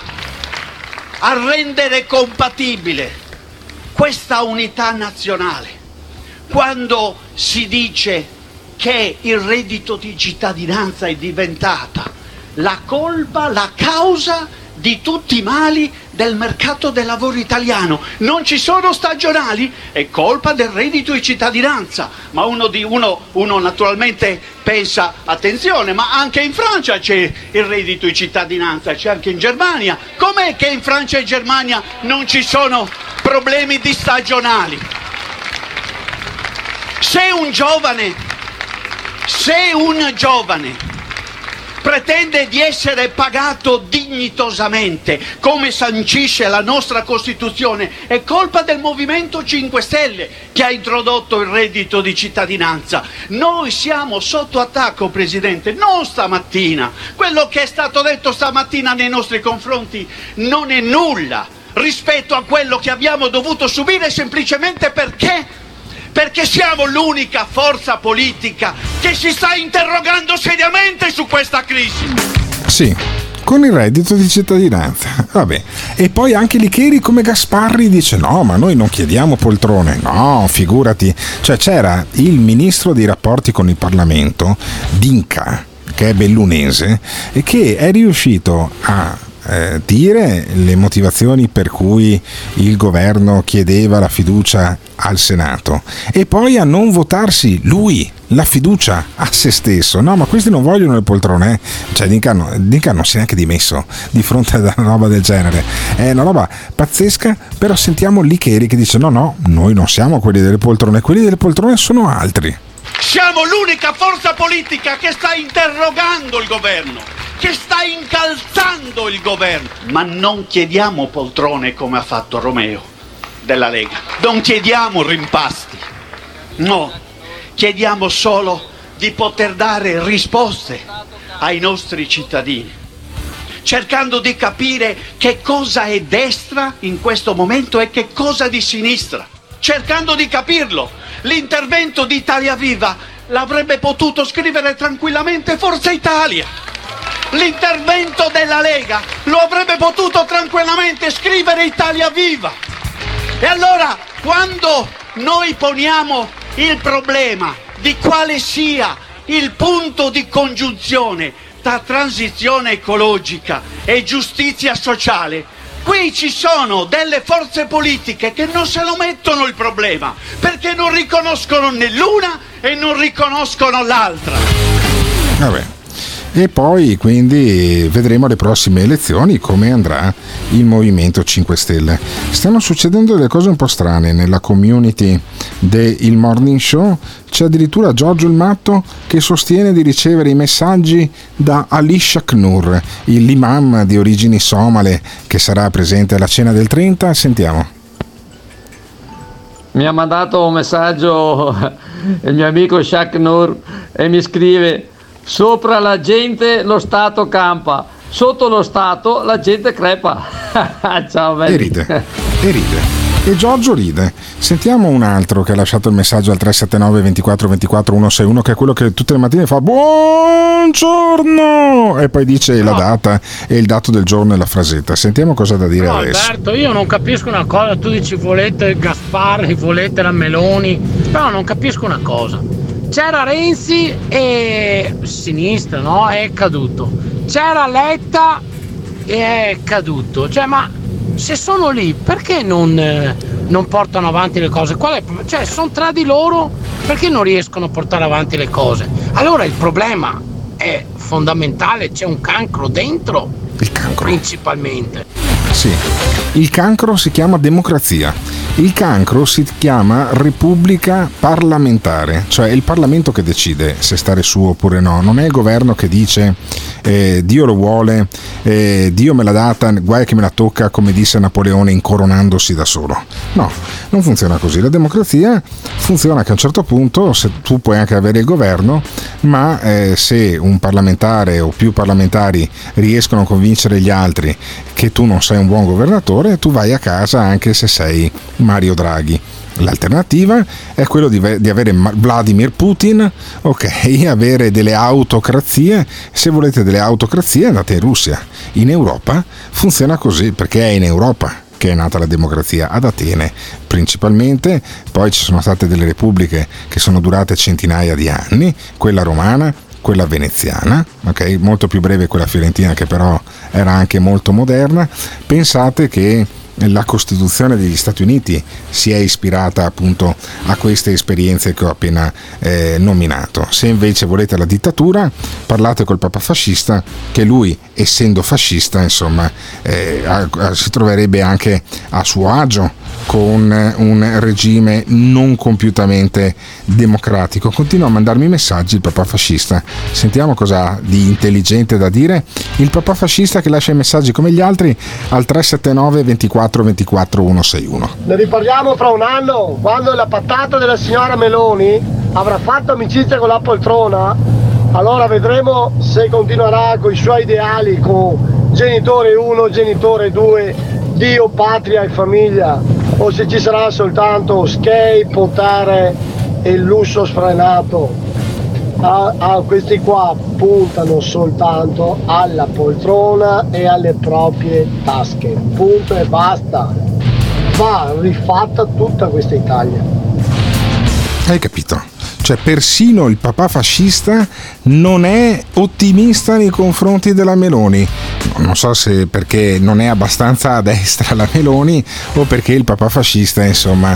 a rendere compatibile questa unità nazionale quando si dice che il reddito di cittadinanza è diventata la colpa, la causa di tutti i mali del mercato del lavoro italiano? Non ci sono stagionali? È colpa del reddito di cittadinanza. Ma uno naturalmente pensa, attenzione, ma anche in Francia c'è il reddito di cittadinanza, c'è anche in Germania. Com'è che in Francia e Germania non ci sono problemi di stagionali? Se un giovane Se un giovane pretende di essere pagato dignitosamente, come sancisce la nostra Costituzione, è colpa del Movimento 5 Stelle che ha introdotto il reddito di cittadinanza. Noi siamo sotto attacco, Presidente, non stamattina. Quello che è stato detto stamattina nei nostri confronti non è nulla rispetto a quello che abbiamo dovuto subire semplicemente perché siamo l'unica forza politica che si sta interrogando seriamente su questa crisi. Sì, con il reddito di cittadinanza. Vabbè. E poi anche Licheri come Gasparri dice no, ma noi non chiediamo poltrone. No, figurati. Cioè c'era il ministro dei rapporti con il Parlamento, D'Inca, che è bellunese, e che è riuscito a dire le motivazioni per cui il governo chiedeva la fiducia al Senato e poi a non votarsi lui la fiducia a se stesso. No, ma questi non vogliono le poltrone, cioè D'Inca non si è neanche dimesso di fronte ad una roba del genere. È una roba pazzesca. Però sentiamo Licheri che dice no, noi non siamo quelli delle poltrone sono altri. Siamo l'unica forza politica che sta interrogando il governo, che sta incalzando il governo. Ma non chiediamo poltrone come ha fatto Romeo della Lega, non chiediamo rimpasti, no, chiediamo solo di poter dare risposte ai nostri cittadini, cercando di capire che cosa è destra in questo momento e che cosa di sinistra, cercando di capirlo. L'intervento di Italia Viva l'avrebbe potuto scrivere tranquillamente Forza Italia. L'intervento della Lega lo avrebbe potuto tranquillamente scrivere Italia Viva. E allora, quando noi poniamo il problema di quale sia il punto di congiunzione tra transizione ecologica e giustizia sociale, qui ci sono delle forze politiche che non se lo mettono il problema, perché non riconoscono né l'una e non riconoscono l'altra. Vabbè. E poi quindi vedremo alle prossime elezioni come andrà il Movimento 5 Stelle. Stanno succedendo delle cose un po' strane nella community del Morning Show. C'è addirittura Giorgio il Matto che sostiene di ricevere i messaggi da Ali Shaknour, l'imam di origini somale che sarà presente alla cena del 30. Sentiamo. Mi ha mandato un messaggio il mio amico Shaknour e mi scrive: sopra la gente lo Stato campa, sotto lo Stato la gente crepa. Ciao belli. E ride. E Giorgio ride. Sentiamo un altro che ha lasciato il messaggio al 379 24 24 161, che è quello che tutte le mattine fa buongiorno e poi dice la data e il dato del giorno e la frasetta. Sentiamo cosa ha da dire adesso. Alberto, io non capisco una cosa. Tu dici volete Gasparri, volete la Meloni, però non capisco una cosa. C'era Renzi e sinistra, no? È caduto. C'era Letta e è caduto. Cioè, ma se sono lì, perché non portano avanti le cose? Cioè, sono tra di loro, perché non riescono a portare avanti le cose? Allora il problema è fondamentale, c'è un cancro dentro. Il cancro. Principalmente. Sì, il cancro si chiama democrazia. Il cancro si chiama repubblica parlamentare, cioè è il Parlamento che decide se stare su oppure no, non è il governo che dice Dio lo vuole, Dio me l'ha data, guai che me la tocca, come disse Napoleone incoronandosi da solo. No, non funziona così. La democrazia funziona che a un certo punto tu puoi anche avere il governo, ma se un parlamentare o più parlamentari riescono a convincere gli altri che tu non sei un buon governatore, tu vai a casa anche se sei Mario Draghi. L'alternativa è quello di avere Vladimir Putin, ok, avere delle autocrazie. Se volete delle autocrazie andate in Russia. In Europa funziona così perché è in Europa che è nata la democrazia, ad Atene principalmente. Poi ci sono state delle repubbliche che sono durate centinaia di anni, quella romana, quella veneziana, ok, molto più breve quella fiorentina che però era anche molto moderna. Pensate che la Costituzione degli Stati Uniti si è ispirata appunto a queste esperienze che ho appena nominato. Se invece volete la dittatura, parlate col Papa fascista, che lui, essendo fascista, insomma, si troverebbe anche a suo agio con un regime non compiutamente democratico. Continua a mandarmi messaggi il Papa fascista. Sentiamo cosa ha di intelligente da dire il Papa fascista, che lascia i messaggi come gli altri al 379 24 24 161. Ne riparliamo fra un anno, quando la patata della signora Meloni avrà fatto amicizia con la poltrona. Allora vedremo se continuerà con i suoi ideali, con genitore 1, genitore 2, Dio, patria e famiglia, o se ci sarà soltanto skate, potere e lusso sfrenato. Questi qua puntano soltanto alla poltrona e alle proprie tasche, punto e basta. Va rifatta tutta questa Italia. Hai capito? Cioè persino il papà fascista non è ottimista nei confronti della Meloni. Non so se perché non è abbastanza a destra la Meloni o perché il papà fascista, insomma,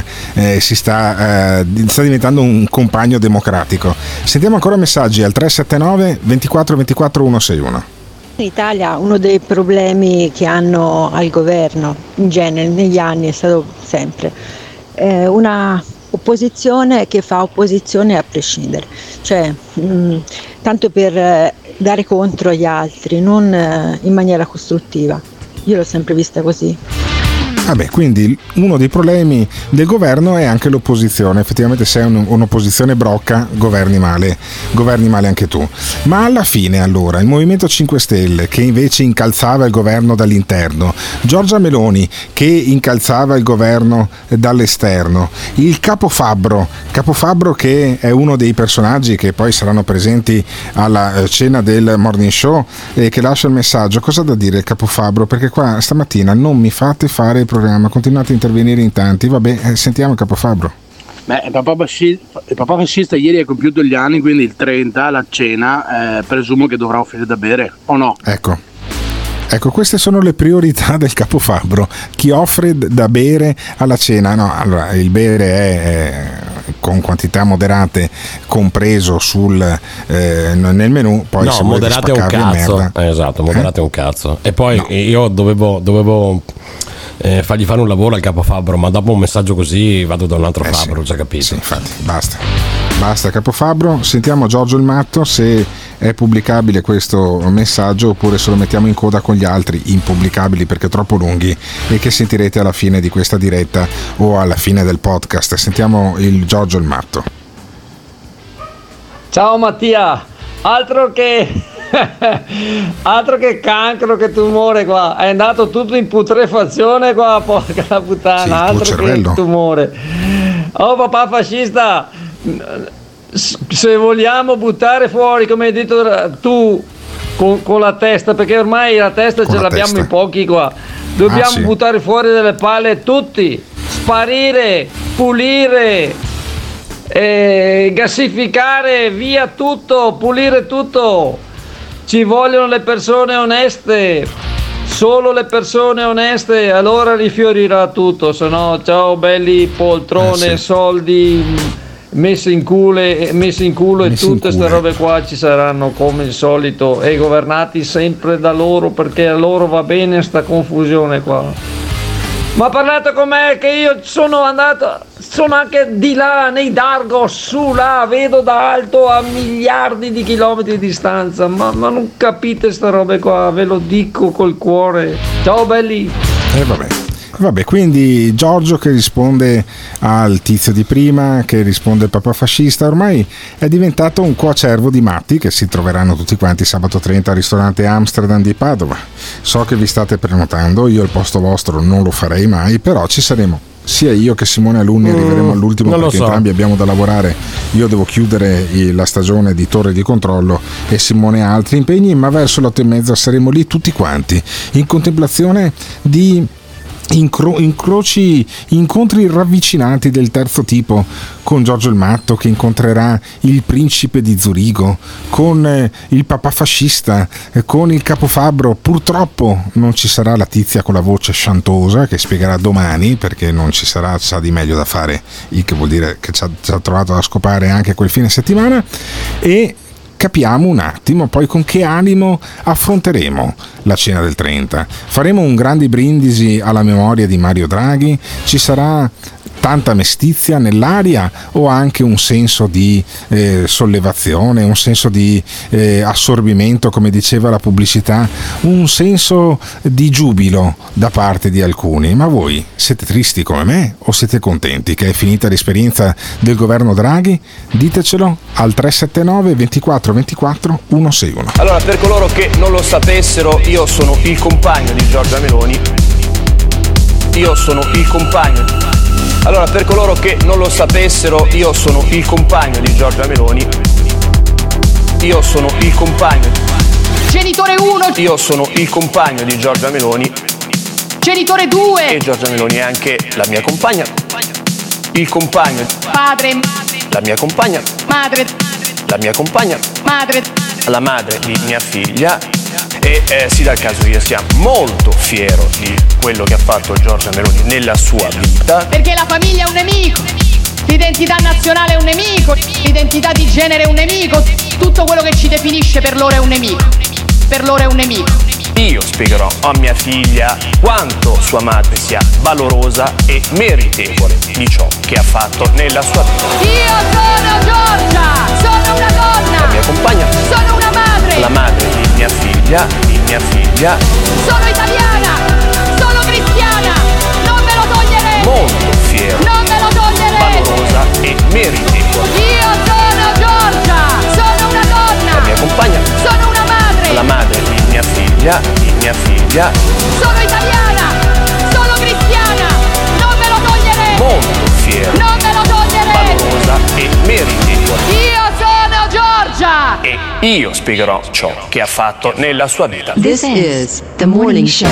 sta diventando un compagno democratico. Sentiamo ancora messaggi al 379 24 24 161. In Italia uno dei problemi che hanno al governo in genere negli anni è stato sempre una opposizione che fa opposizione a prescindere, cioè tanto per dare contro agli altri, non in maniera costruttiva. Io l'ho sempre vista così. Vabbè, quindi uno dei problemi del governo è anche l'opposizione. Effettivamente se è un'opposizione brocca, governi male anche tu. Ma alla fine allora il Movimento 5 Stelle, che invece incalzava il governo dall'interno, Giorgia Meloni, che incalzava il governo dall'esterno, il Capo Fabbro che è uno dei personaggi che poi saranno presenti alla cena del Morning Show e che lascia il messaggio. Cosa ha da dire il Capo Fabbro? Perché qua stamattina non mi fate fare il programma, continuate a intervenire in tanti. Vabbè, sentiamo il Capo Fabbro. Beh, il papà fascista ieri ha compiuto gli anni, quindi il 30 la cena, presumo che dovrà offrire da bere, o no? Ecco, queste sono le priorità del Capo Fabbro. Chi offre da bere alla cena? No, allora il bere è con quantità moderate compreso nel menù, poi no, moderate è un cazzo. Esatto, moderate è un cazzo. E poi no. Io dovevo fargli fare un lavoro al Capo Fabbro, ma dopo un messaggio così vado da un altro Fabbro, già capito. Sì, infatti, basta Capo Fabbro. Sentiamo Giorgio il Matto se è pubblicabile questo messaggio oppure se lo mettiamo in coda con gli altri impubblicabili perché troppo lunghi e che sentirete alla fine di questa diretta o alla fine del podcast. Sentiamo il Giorgio il Matto. Ciao Mattia, altro che cancro, che tumore qua, è andato tutto in putrefazione qua, porca la puttana, sì, altro che tumore. Oh papà fascista, se vogliamo buttare fuori, come hai detto tu, con la testa, perché ormai la testa ce l'abbiamo in pochi qua, dobbiamo buttare fuori delle palle tutti, sparire, pulire, gassificare via tutto, pulire tutto. Ci vogliono le persone oneste, solo le persone oneste, allora rifiorirà tutto, se no ciao belli poltrone, soldi messi in culo e tutte queste robe qua ci saranno come il solito e governati sempre da loro, perché a loro va bene sta confusione qua. Ma parlate con me che io sono anche di là nei Dargo, su là, vedo da alto a miliardi di chilometri di distanza, ma non capite sta robe qua, ve lo dico col cuore. Ciao belli. Vabbè, quindi Giorgio che risponde al tizio di prima, che risponde al papà fascista, ormai è diventato un coacervo di matti che si troveranno tutti quanti sabato 30 al ristorante Amsterdam di Padova. So che vi state prenotando, io al posto vostro non lo farei mai, però ci saremo. Sia io che Simone Alunni arriveremo all'ultimo perché entrambi abbiamo da lavorare. Io devo chiudere la stagione di Torre di Controllo e Simone ha altri impegni, ma verso l'8:30 saremo lì tutti quanti in contemplazione di incontri ravvicinati del terzo tipo, con Giorgio il Matto che incontrerà il principe di Zurigo, con il papà fascista, con il capofabbro. Purtroppo non ci sarà la tizia con la voce sciantosa che spiegherà domani, perché non ci sarà, sa di meglio da fare, il che vuol dire che ci ha trovato da scopare anche quel fine settimana. E capiamo un attimo poi con che animo affronteremo la cena del 30. Faremo un grande brindisi alla memoria di Mario Draghi? Ci sarà tanta mestizia nell'aria o anche un senso di sollevazione, un senso di assorbimento, come diceva la pubblicità, un senso di giubilo da parte di alcuni? Ma voi siete tristi come me o siete contenti che è finita l'esperienza del governo Draghi? Ditecelo al 379 24 24 161. Allora, per coloro che non lo sapessero, io sono il compagno di Giorgia Meloni. Allora, per coloro che non lo sapessero, io sono il compagno di Giorgia Meloni. Genitore 1. Io sono il compagno di Giorgia Meloni. Genitore 2. E Giorgia Meloni è anche la mia compagna. Il compagno. Padre. La mia compagna. Madre. La mia compagna. Madre. La madre di mia figlia. E si dà il caso che io sia molto fiero di quello che ha fatto Giorgia Meloni nella sua vita. Perché la famiglia è un nemico, l'identità nazionale è un nemico, l'identità di genere è un nemico, tutto quello che ci definisce per loro è un nemico. Io spiegherò a mia figlia quanto sua madre sia valorosa e meritevole di ciò che ha fatto nella sua vita. Io sono Giorgia, sono una donna, La mia compagna. sono una madre, La madre di mia figlia. sono italiana, sono cristiana, non me lo toglierete, Molto fiero, non me lo toglierete. valorosa e meritevole. Io sono Giorgia, sono una donna, La mia compagna. sono una madre, La madre di mia figlia. sono italiana, sono cristiana, non me lo toglierete, Molto fiero, non me lo toglierete. valorosa e meritevole. Io sono Giorgia. E io spiegherò ciò che ha fatto nella sua vita. This is the morning show.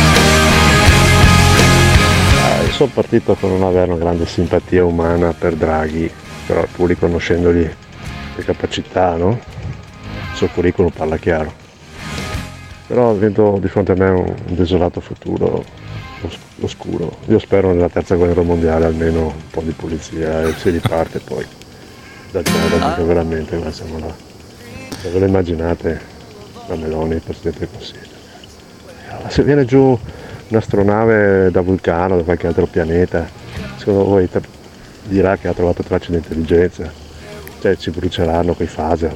Sono partito con non avere una grande simpatia umana per Draghi, però pur riconoscendogli le capacità, no? Il suo curriculum parla chiaro. Però vedo di fronte a me un desolato futuro oscuro. Io spero nella terza guerra mondiale almeno un po' di pulizia e si riparte poi da zero, perché veramente qua siamo là. Se ve lo immaginate, la Meloni, il Presidente del Consiglio. Se viene giù un'astronave da Vulcano, da qualche altro pianeta, secondo voi dirà che ha trovato tracce di intelligenza? Cioè ci bruceranno quei phaser.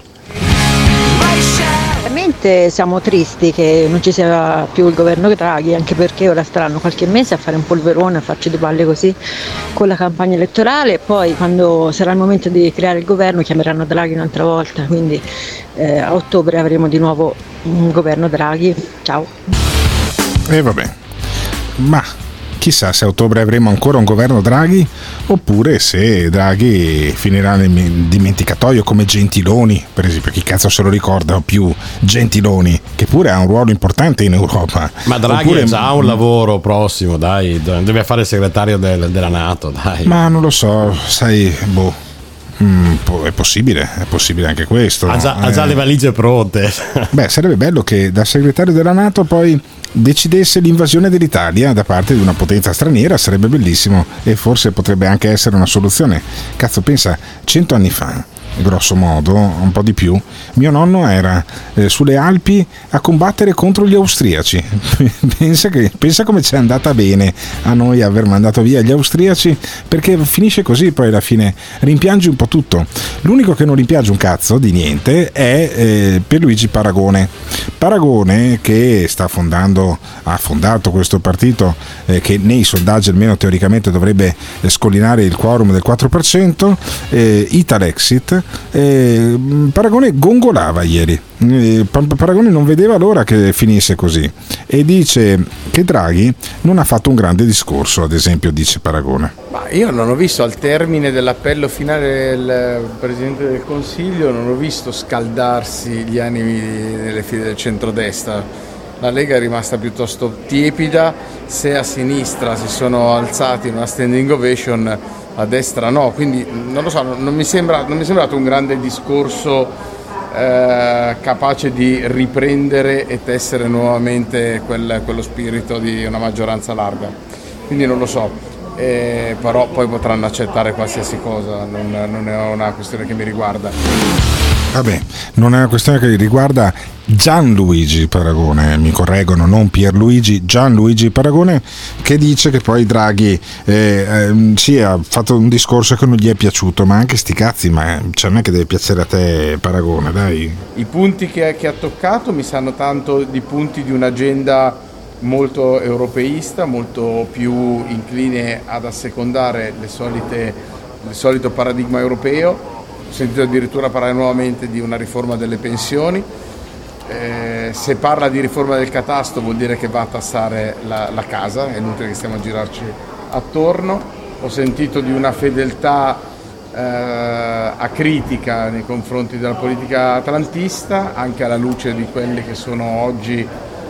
Veramente siamo tristi che non ci sia più il governo Draghi, anche perché ora staranno qualche mese a fare un polverone, a farci due palle così con la campagna elettorale, poi quando sarà il momento di creare il governo chiameranno Draghi un'altra volta, quindi a ottobre avremo di nuovo un governo Draghi. Ciao. E vabbè, ma chissà se a ottobre avremo ancora un governo Draghi oppure se Draghi finirà nel dimenticatoio come Gentiloni, per esempio. Chi cazzo se lo ricorda più Gentiloni, che pure ha un ruolo importante in Europa. Ma Draghi ha già un lavoro prossimo, dai, deve fare il segretario della NATO, dai. Ma non lo so, sai, è possibile anche questo. Ha già le valigie pronte. Beh, sarebbe bello che da segretario della NATO poi decidesse l'invasione dell'Italia da parte di una potenza straniera, sarebbe bellissimo e forse potrebbe anche essere una soluzione. Cazzo, pensa, 100 anni fa, grosso modo, un po' di più, mio nonno era sulle Alpi a combattere contro gli austriaci. pensa come ci è andata bene a noi aver mandato via gli austriaci, perché finisce così poi alla fine, rimpiangi un po' tutto. L'unico che non rimpiange un cazzo di niente è Pierluigi Paragone che ha fondato questo partito che nei sondaggi almeno teoricamente dovrebbe scollinare il quorum del 4%, Italexit. Paragone gongolava ieri, Paragone non vedeva l'ora che finisse così e dice che Draghi non ha fatto un grande discorso, ad esempio, dice Paragone. Ma io non ho visto, al termine dell'appello finale del Presidente del Consiglio, non ho visto scaldarsi gli animi nelle file del centrodestra. la Lega è rimasta piuttosto tiepida, se a sinistra si sono alzati in una standing ovation, a destra no, quindi non lo so, non mi è sembrato un grande discorso capace di riprendere e tessere nuovamente quello spirito di una maggioranza larga, quindi non lo so, però poi potranno accettare qualsiasi cosa, non è una questione che mi riguarda. Vabbè, non è una questione che riguarda Gianluigi Paragone, mi correggono, non Pierluigi, Gianluigi Paragone, che dice che poi Draghi sì, ha fatto un discorso che non gli è piaciuto, ma anche sti cazzi, ma non è che deve piacere a te Paragone, dai. I punti che ha toccato mi sanno tanto di punti di un'agenda molto europeista, molto più incline ad assecondare il solito paradigma europeo. Ho sentito addirittura parlare nuovamente di una riforma delle pensioni. Se parla di riforma del catasto vuol dire che va a tassare la casa, è inutile che stiamo a girarci attorno. Ho sentito di una fedeltà acritica nei confronti della politica atlantista, anche alla luce di quelli che sono oggi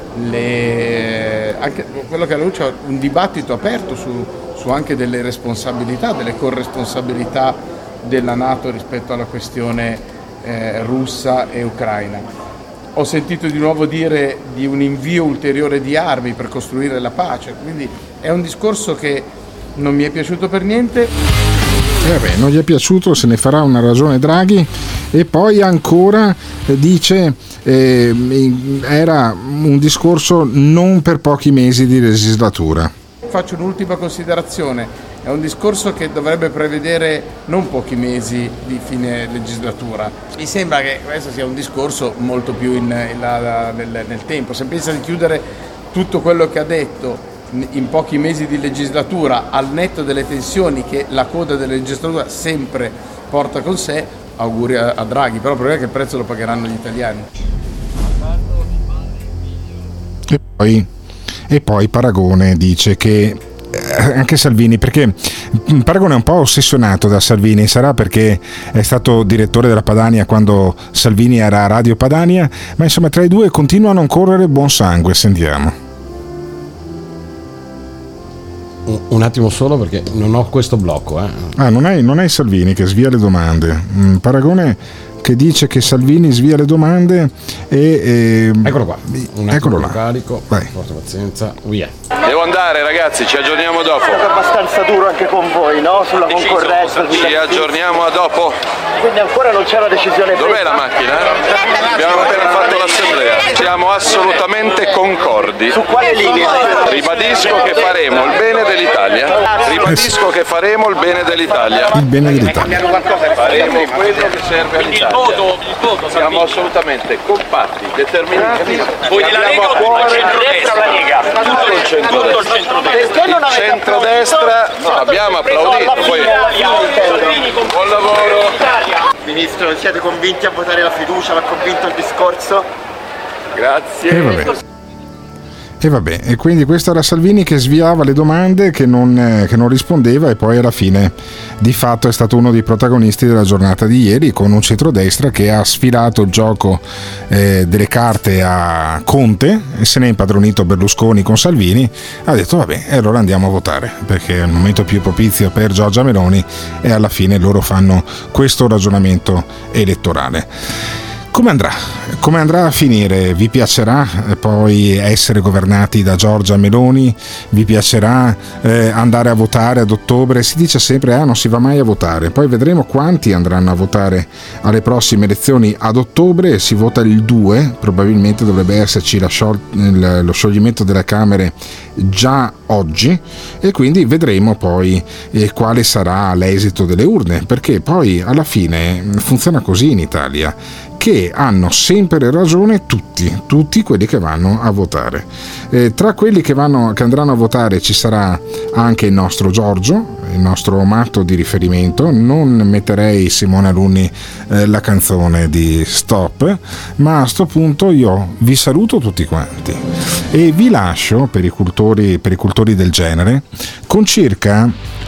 anche quello che alla luce un dibattito aperto su anche delle responsabilità, delle corresponsabilità della NATO rispetto alla questione russa e ucraina. Ho sentito di nuovo dire di un invio ulteriore di armi per costruire la pace, quindi è un discorso che non mi è piaciuto per niente. Vabbè, non gli è piaciuto, se ne farà una ragione Draghi. E poi ancora dice era un discorso non per pochi mesi di legislatura. Faccio un'ultima considerazione. È un discorso che dovrebbe prevedere non pochi mesi di fine legislatura. Mi sembra che questo sia un discorso molto più nel tempo. Se pensa di chiudere tutto quello che ha detto in pochi mesi di legislatura, al netto delle tensioni che la coda della legislatura sempre porta con sé, auguri a Draghi, però il problema è che il prezzo lo pagheranno gli italiani. E poi Paragone dice che anche Salvini, perché Paragone è un po' ossessionato da Salvini, sarà perché è stato direttore della Padania quando Salvini era a Radio Padania, ma insomma tra i due continua a non correre buon sangue. Sentiamo. Un attimo solo perché non ho questo blocco. Non hai Salvini che svia le domande. Paragone che dice che Salvini svia le domande e eccolo qua, un eccolo là. Carico, porta pazienza, via. Devo andare ragazzi, ci aggiorniamo dopo. È abbastanza duro anche con voi, no? Sulla concorrenza. Ci aggiorniamo a dopo. Quindi ancora non c'è una decisione presa. Dov'è la macchina? Abbiamo appena fatto l'assemblea. Siamo assolutamente concordi. Su quale linea? Ribadisco che faremo il bene dell'Italia. Ribadisco che faremo il bene dell'Italia. Il bene dell'Italia. Faremo quello che serve all'Italia. Il voto. Siamo assolutamente compatti, determinati. Voi della Lega o il centrodestra o la Lega? Tutto il centrodestra. Centrodestra, no, abbiamo applaudito. Poi buon lavoro. Ministro, siete convinti a votare la fiducia? Va convinto il discorso? Grazie. E vabbè, e quindi questo era Salvini che sviava le domande, che non rispondeva, e poi alla fine di fatto è stato uno dei protagonisti della giornata di ieri, con un centrodestra che ha sfilato il gioco delle carte a Conte e se ne è impadronito Berlusconi con Salvini. Ha detto vabbè, e allora andiamo a votare perché è il momento più propizio per Giorgia Meloni, e alla fine loro fanno questo ragionamento elettorale. Come andrà a finire? Vi piacerà poi essere governati da Giorgia Meloni? Vi piacerà andare a votare ad ottobre? Si dice sempre non si va mai a votare, poi vedremo quanti andranno a votare alle prossime elezioni ad ottobre. Si vota il 2, probabilmente dovrebbe esserci lo scioglimento delle Camere già oggi, e quindi vedremo poi quale sarà l'esito delle urne, perché poi alla fine funziona così in Italia, che hanno sempre ragione tutti quelli che vanno a votare. Tra quelli che andranno a votare ci sarà anche il nostro Giorgio, il nostro matto di riferimento. Non metterei, Simone Alunni, la canzone di Stop, ma a sto punto io vi saluto tutti quanti e vi lascio per i cultori del genere con circa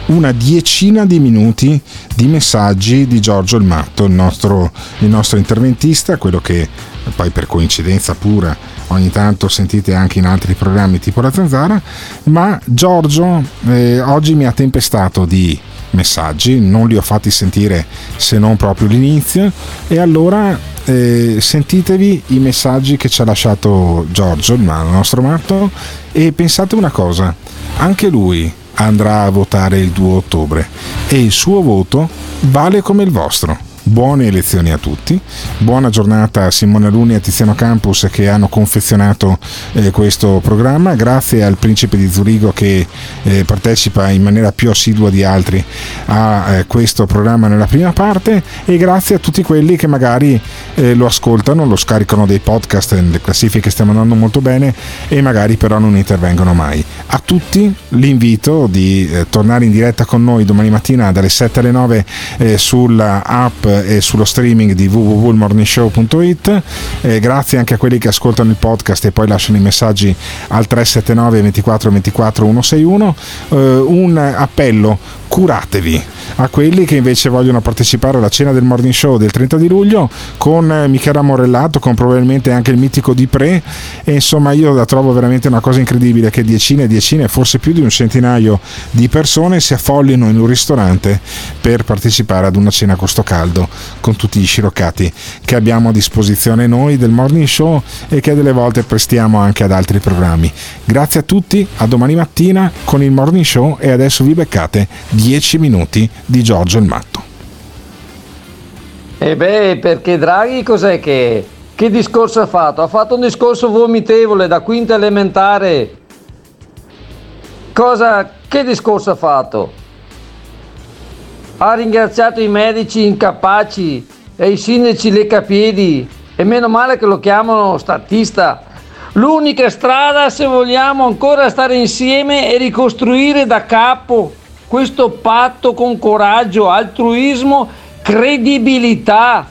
una decina di minuti di messaggi di Giorgio il Matto, il nostro interventista, quello che poi per coincidenza pura ogni tanto sentite anche in altri programmi tipo La Zanzara. Ma Giorgio oggi mi ha tempestato di messaggi, non li ho fatti sentire se non proprio l'inizio, e allora sentitevi i messaggi che ci ha lasciato Giorgio, il nostro Matto, e pensate una cosa: anche lui andrà a votare il 2 ottobre e il suo voto vale come il vostro. Buone elezioni a tutti, buona giornata a Simone Alunni e a Tiziano Campus che hanno confezionato questo programma, grazie al Principe di Zurigo che partecipa in maniera più assidua di altri a questo programma nella prima parte, e grazie a tutti quelli che magari lo ascoltano, lo scaricano dei podcast, le classifiche stiamo andando molto bene e magari però non intervengono mai. A tutti l'invito di tornare in diretta con noi domani mattina dalle 7 alle 9 sulla app e sullo streaming di www.morningshow.it. Grazie anche a quelli che ascoltano il podcast e poi lasciano i messaggi al 379 24 24 161. Un appello: curatevi. A quelli che invece vogliono partecipare alla cena del Morning Show del 30 di luglio con Michela Morellato, con probabilmente anche il mitico Dipré, e insomma io la trovo veramente una cosa incredibile che decine, forse più di un centinaio di persone si affollino in un ristorante per partecipare ad una cena a costo caldo con tutti gli sciroccati che abbiamo a disposizione noi del Morning Show e che delle volte prestiamo anche ad altri programmi. Grazie a tutti, a domani mattina con il Morning Show, e adesso vi beccate 10 minuti di Giorgio il Matto. E perché Draghi cos'è che discorso ha fatto? Ha fatto un discorso vomitevole da quinta elementare. Che discorso ha fatto? Ha ringraziato i medici incapaci e i sindaci leccapiedi, e meno male che lo chiamano statista. L'unica strada, se vogliamo ancora stare insieme, è ricostruire da capo questo patto con coraggio, altruismo, credibilità.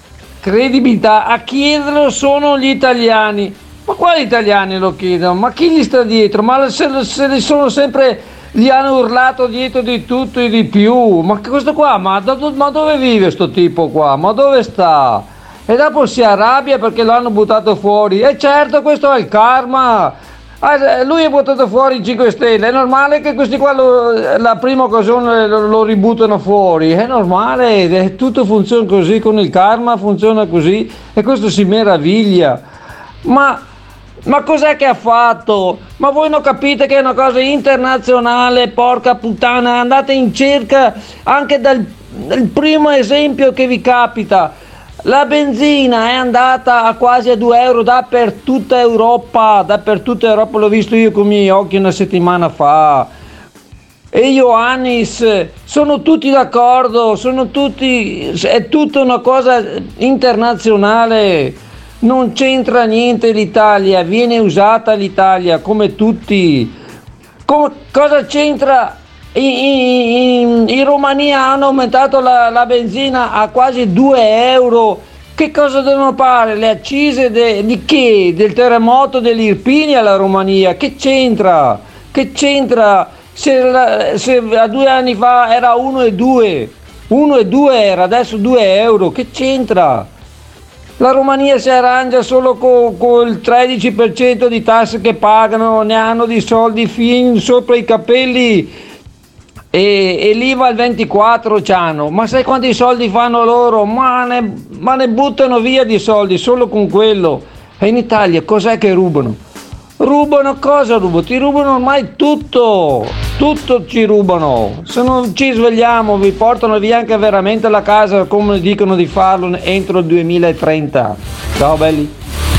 A chiederlo sono gli italiani. Ma quali italiani lo chiedono? Ma chi gli sta dietro? Ma se li sono sempre, gli hanno urlato dietro di tutto e di più. Ma questo qua, ma dove vive sto tipo qua? Ma dove sta? E dopo si arrabbia perché lo hanno buttato fuori. E certo, questo è il karma. Lui è buttato fuori i 5 Stelle, è normale che questi qua la prima occasione lo ributtano fuori, è normale, tutto funziona così, con il karma funziona così, e questo si meraviglia. Ma cos'è che ha fatto? Ma voi non capite che è una cosa internazionale, porca puttana? Andate in cerca anche dal primo esempio che vi capita. La benzina è andata a quasi a 2 euro dappertutto Europa, l'ho visto io con i miei occhi una settimana fa. E Ioannis, sono tutti d'accordo, è tutta una cosa internazionale, non c'entra niente l'Italia, viene usata l'Italia come tutti. Cosa c'entra? In Romania hanno aumentato la benzina a quasi 2 euro. Che cosa devono fare? Le accise di che? Del terremoto dell'Irpinia alla Romania? Che c'entra? Se a 2 anni fa era 1,2 era, adesso 2 euro. Che c'entra? La Romania si arrangia solo con il 13% di tasse che pagano, ne hanno di soldi fin sopra i capelli. E l'IVA al 24 c'hanno, ma sai quanti soldi fanno loro? Ma ne buttano via di soldi solo con quello. E in Italia cos'è che rubano? Cosa rubano? Ti rubano ormai tutto ci rubano. Se non ci svegliamo vi portano via anche veramente la casa, come dicono di farlo entro il 2030. Ciao belli.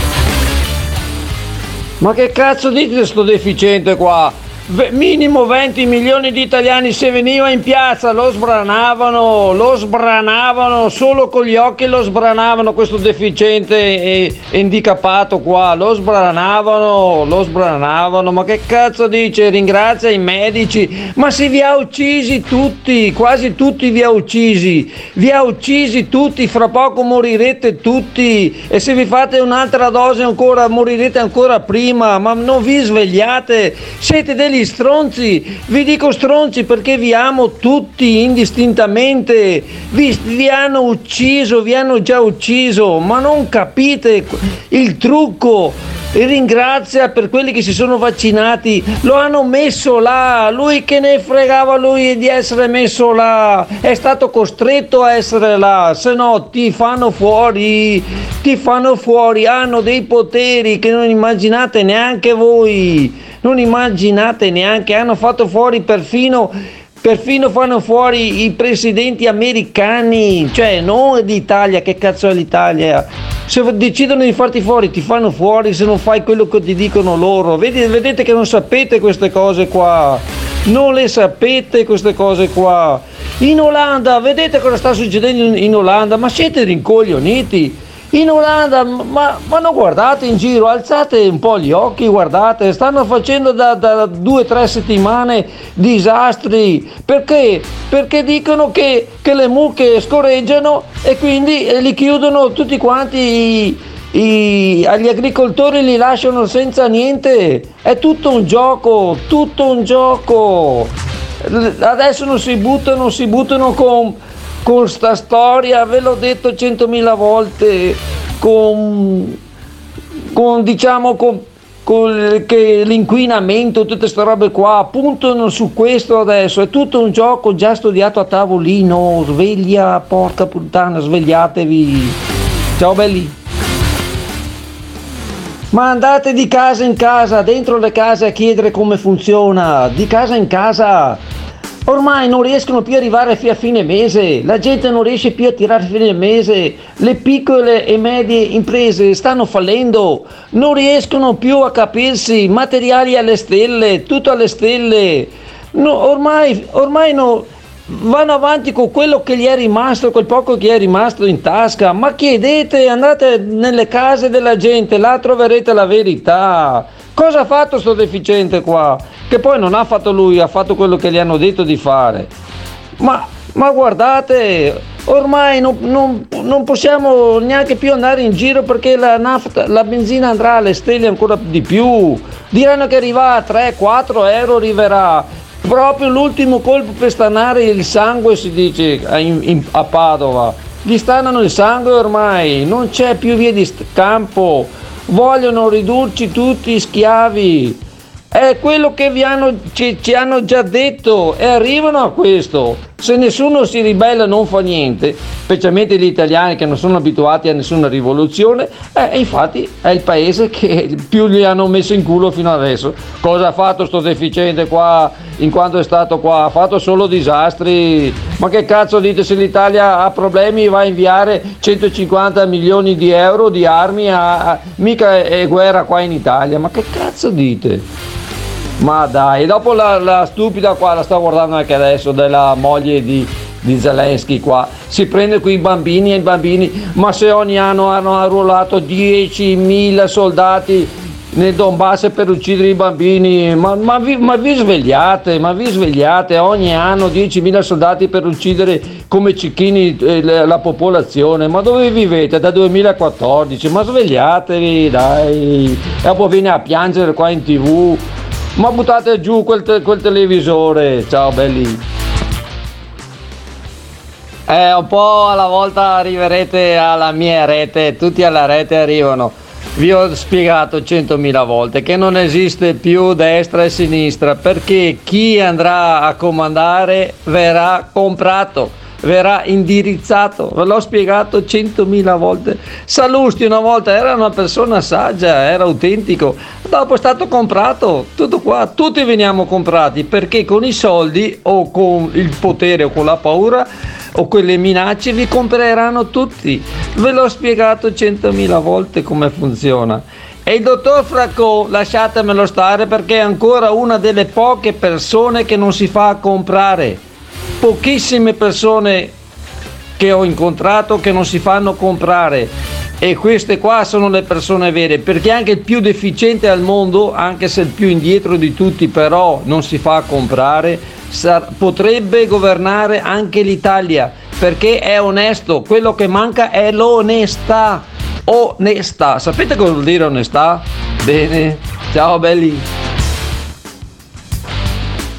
Ma che cazzo dite sto deficiente qua? Minimo 20 milioni di italiani, se veniva in piazza lo sbranavano, solo con gli occhi lo sbranavano, questo deficiente e handicapato qua, lo sbranavano, ma che cazzo dice? Ringrazia i medici, ma se vi ha uccisi tutti, quasi tutti vi ha uccisi tutti, fra poco morirete tutti, e se vi fate un'altra dose ancora morirete ancora prima, ma non vi svegliate, siete degli stronzi, vi dico stronzi perché vi amo tutti indistintamente, vi hanno ucciso, vi hanno già ucciso, ma non capite il trucco. E ringrazia per quelli che si sono vaccinati, lo hanno messo là, lui che ne fregava lui di essere messo là, è stato costretto a essere là, se no ti fanno fuori, hanno dei poteri che non immaginate neanche voi, hanno fatto fuori perfino fanno fuori i presidenti americani, cioè non l'Italia, che cazzo è l'Italia? Se decidono di farti fuori, ti fanno fuori se non fai quello che ti dicono loro. Vedete che non sapete queste cose qua, non le sapete queste cose qua. In Olanda, vedete cosa sta succedendo in Olanda? Ma siete rincoglioniti? In Olanda, ma non guardate in giro, alzate un po' gli occhi, guardate, stanno facendo da 2 o 3 settimane disastri, perché dicono che le mucche scorreggiano e quindi li chiudono tutti quanti, agli agricoltori li lasciano senza niente, è tutto un gioco, adesso non si buttano con sta storia, ve l'ho detto 100.000 volte, che l'inquinamento, tutte queste robe qua, puntano su questo adesso, è tutto un gioco già studiato a tavolino, sveglia, porca puttana, svegliatevi, ciao belli. Ma andate di casa in casa, dentro le case a chiedere come funziona, di casa in casa. Ormai non riescono più ad arrivare a fine mese, la gente non riesce più a tirare a fine mese, le piccole e medie imprese stanno fallendo, non riescono più a capirsi, materiali alle stelle, tutto alle stelle, ormai no, vanno avanti con quello che gli è rimasto, quel poco che gli è rimasto in tasca, ma chiedete, andate nelle case della gente, là troverete la verità. Cosa ha fatto sto deficiente qua? Che poi non ha fatto lui, ha fatto quello che gli hanno detto di fare. Ma guardate, ormai non possiamo neanche più andare in giro perché la benzina andrà alle stelle ancora di più. Diranno che arriva a 3-4 euro, arriverà. Proprio l'ultimo colpo per stanare il sangue, si dice a Padova. Gli stanano il sangue ormai, non c'è più via di campo. Vogliono ridurci tutti schiavi, è quello che ci hanno già detto e arrivano a questo. Se nessuno si ribella non fa niente, specialmente gli italiani che non sono abituati a nessuna rivoluzione, infatti è il paese che più li hanno messo in culo fino adesso. Cosa ha fatto sto deficiente qua in quanto è stato qua? Ha fatto solo disastri. Ma che cazzo dite, se l'Italia ha problemi va a inviare 150 milioni di euro di armi mica è guerra qua in Italia? Ma che cazzo dite? Ma dai, dopo la stupida qua, la sto guardando anche adesso, della moglie di Zelensky qua, si prende qui i bambini, ma se ogni anno hanno arruolato 10.000 soldati nel Donbass per uccidere i bambini, ma vi svegliate, ogni anno 10.000 soldati per uccidere come cecchini la popolazione, ma dove vivete? Da 2014, ma svegliatevi dai, e poi viene a piangere qua in TV. Ma buttate giù quel televisore, ciao belli. Un po' alla volta arriverete alla mia rete, tutti alla rete arrivano. Vi ho spiegato 100.000 volte che non esiste più destra e sinistra, perché chi andrà a comandare verrà comprato, verrà indirizzato, ve l'ho spiegato 100.000 volte. Sallusti una volta era una persona saggia, era autentico, dopo è stato comprato, tutto qua, tutti veniamo comprati, perché con i soldi o con il potere o con la paura o quelle minacce vi compreranno tutti. Ve l'ho spiegato 100.000 volte come funziona. E il dottor Fracco, lasciatemelo stare, perché è ancora una delle poche persone che non si fa comprare. Pochissime persone che ho incontrato che non si fanno comprare, e queste qua sono le persone vere, perché anche il più deficiente al mondo, anche se il più indietro di tutti, però non si fa comprare, potrebbe governare anche l'Italia, perché è onesto. Quello che manca è l'onestà. Onestà, sapete cosa vuol dire onestà? Bene, ciao belli.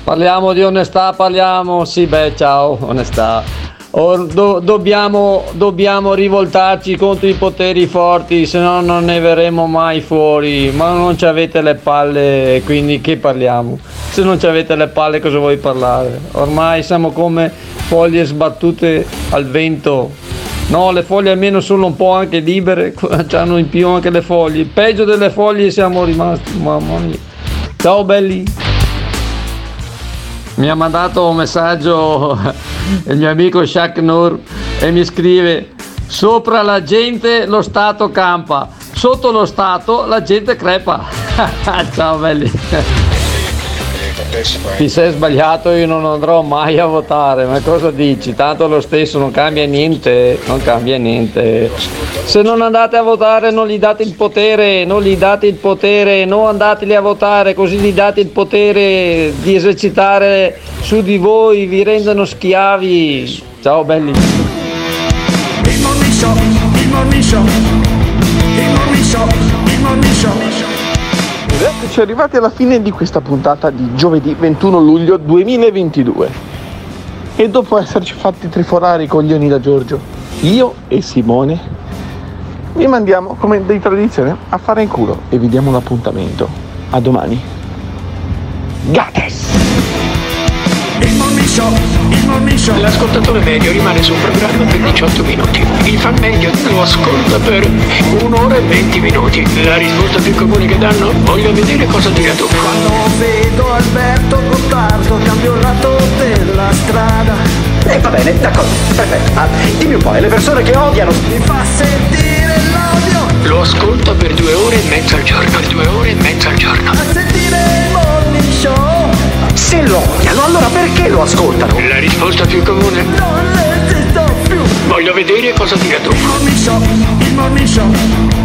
Parliamo di onestà, sì beh, ciao, onestà. Dobbiamo rivoltarci contro i poteri forti, se no non ne verremo mai fuori. Ma non ci avete le palle, quindi che parliamo? Se non ci avete le palle cosa vuoi parlare? Ormai siamo come foglie sbattute al vento. No, le foglie almeno sono un po' anche libere, c'hanno in più anche le foglie. Peggio delle foglie siamo rimasti, mamma mia. Ciao belli. Mi ha mandato un messaggio il mio amico Shaq Noor e mi scrive: sopra la gente lo Stato campa, sotto lo Stato la gente crepa. Ciao belli. Ti sei sbagliato, io non andrò mai a votare, ma cosa dici? Tanto lo stesso, non cambia niente, Se non andate a votare non gli date il potere, non andateli a votare, così gli date il potere di esercitare su di voi, vi rendono schiavi. Ciao belli. Il Morning Show. Eccoci arrivati alla fine di questa puntata di giovedì 21 luglio 2022 e dopo esserci fatti triforare i coglioni da Giorgio, io e Simone vi mandiamo come di tradizione a fare in culo e vi diamo l'appuntamento a domani. Gates! Il Morning Show. L'ascoltatore medio rimane sul programma per 18 minuti. Il fan medio lo ascolta per 1 ora e 20 minuti. La risposta più comune che danno: voglio vedere cosa dirà tu. Quando vedo Alberto Gottardo cambio il lato della strada. Va bene, d'accordo, perfetto. Dimmi un po', le persone che odiano mi fa sentire l'odio. Lo ascolta per 2 ore e mezza al giorno. A sentire il Morning Show. Se lo odiano, allora perché lo ascoltano? La risposta più comune: non esisto più. Voglio vedere cosa dirà tu. Il Morning Show.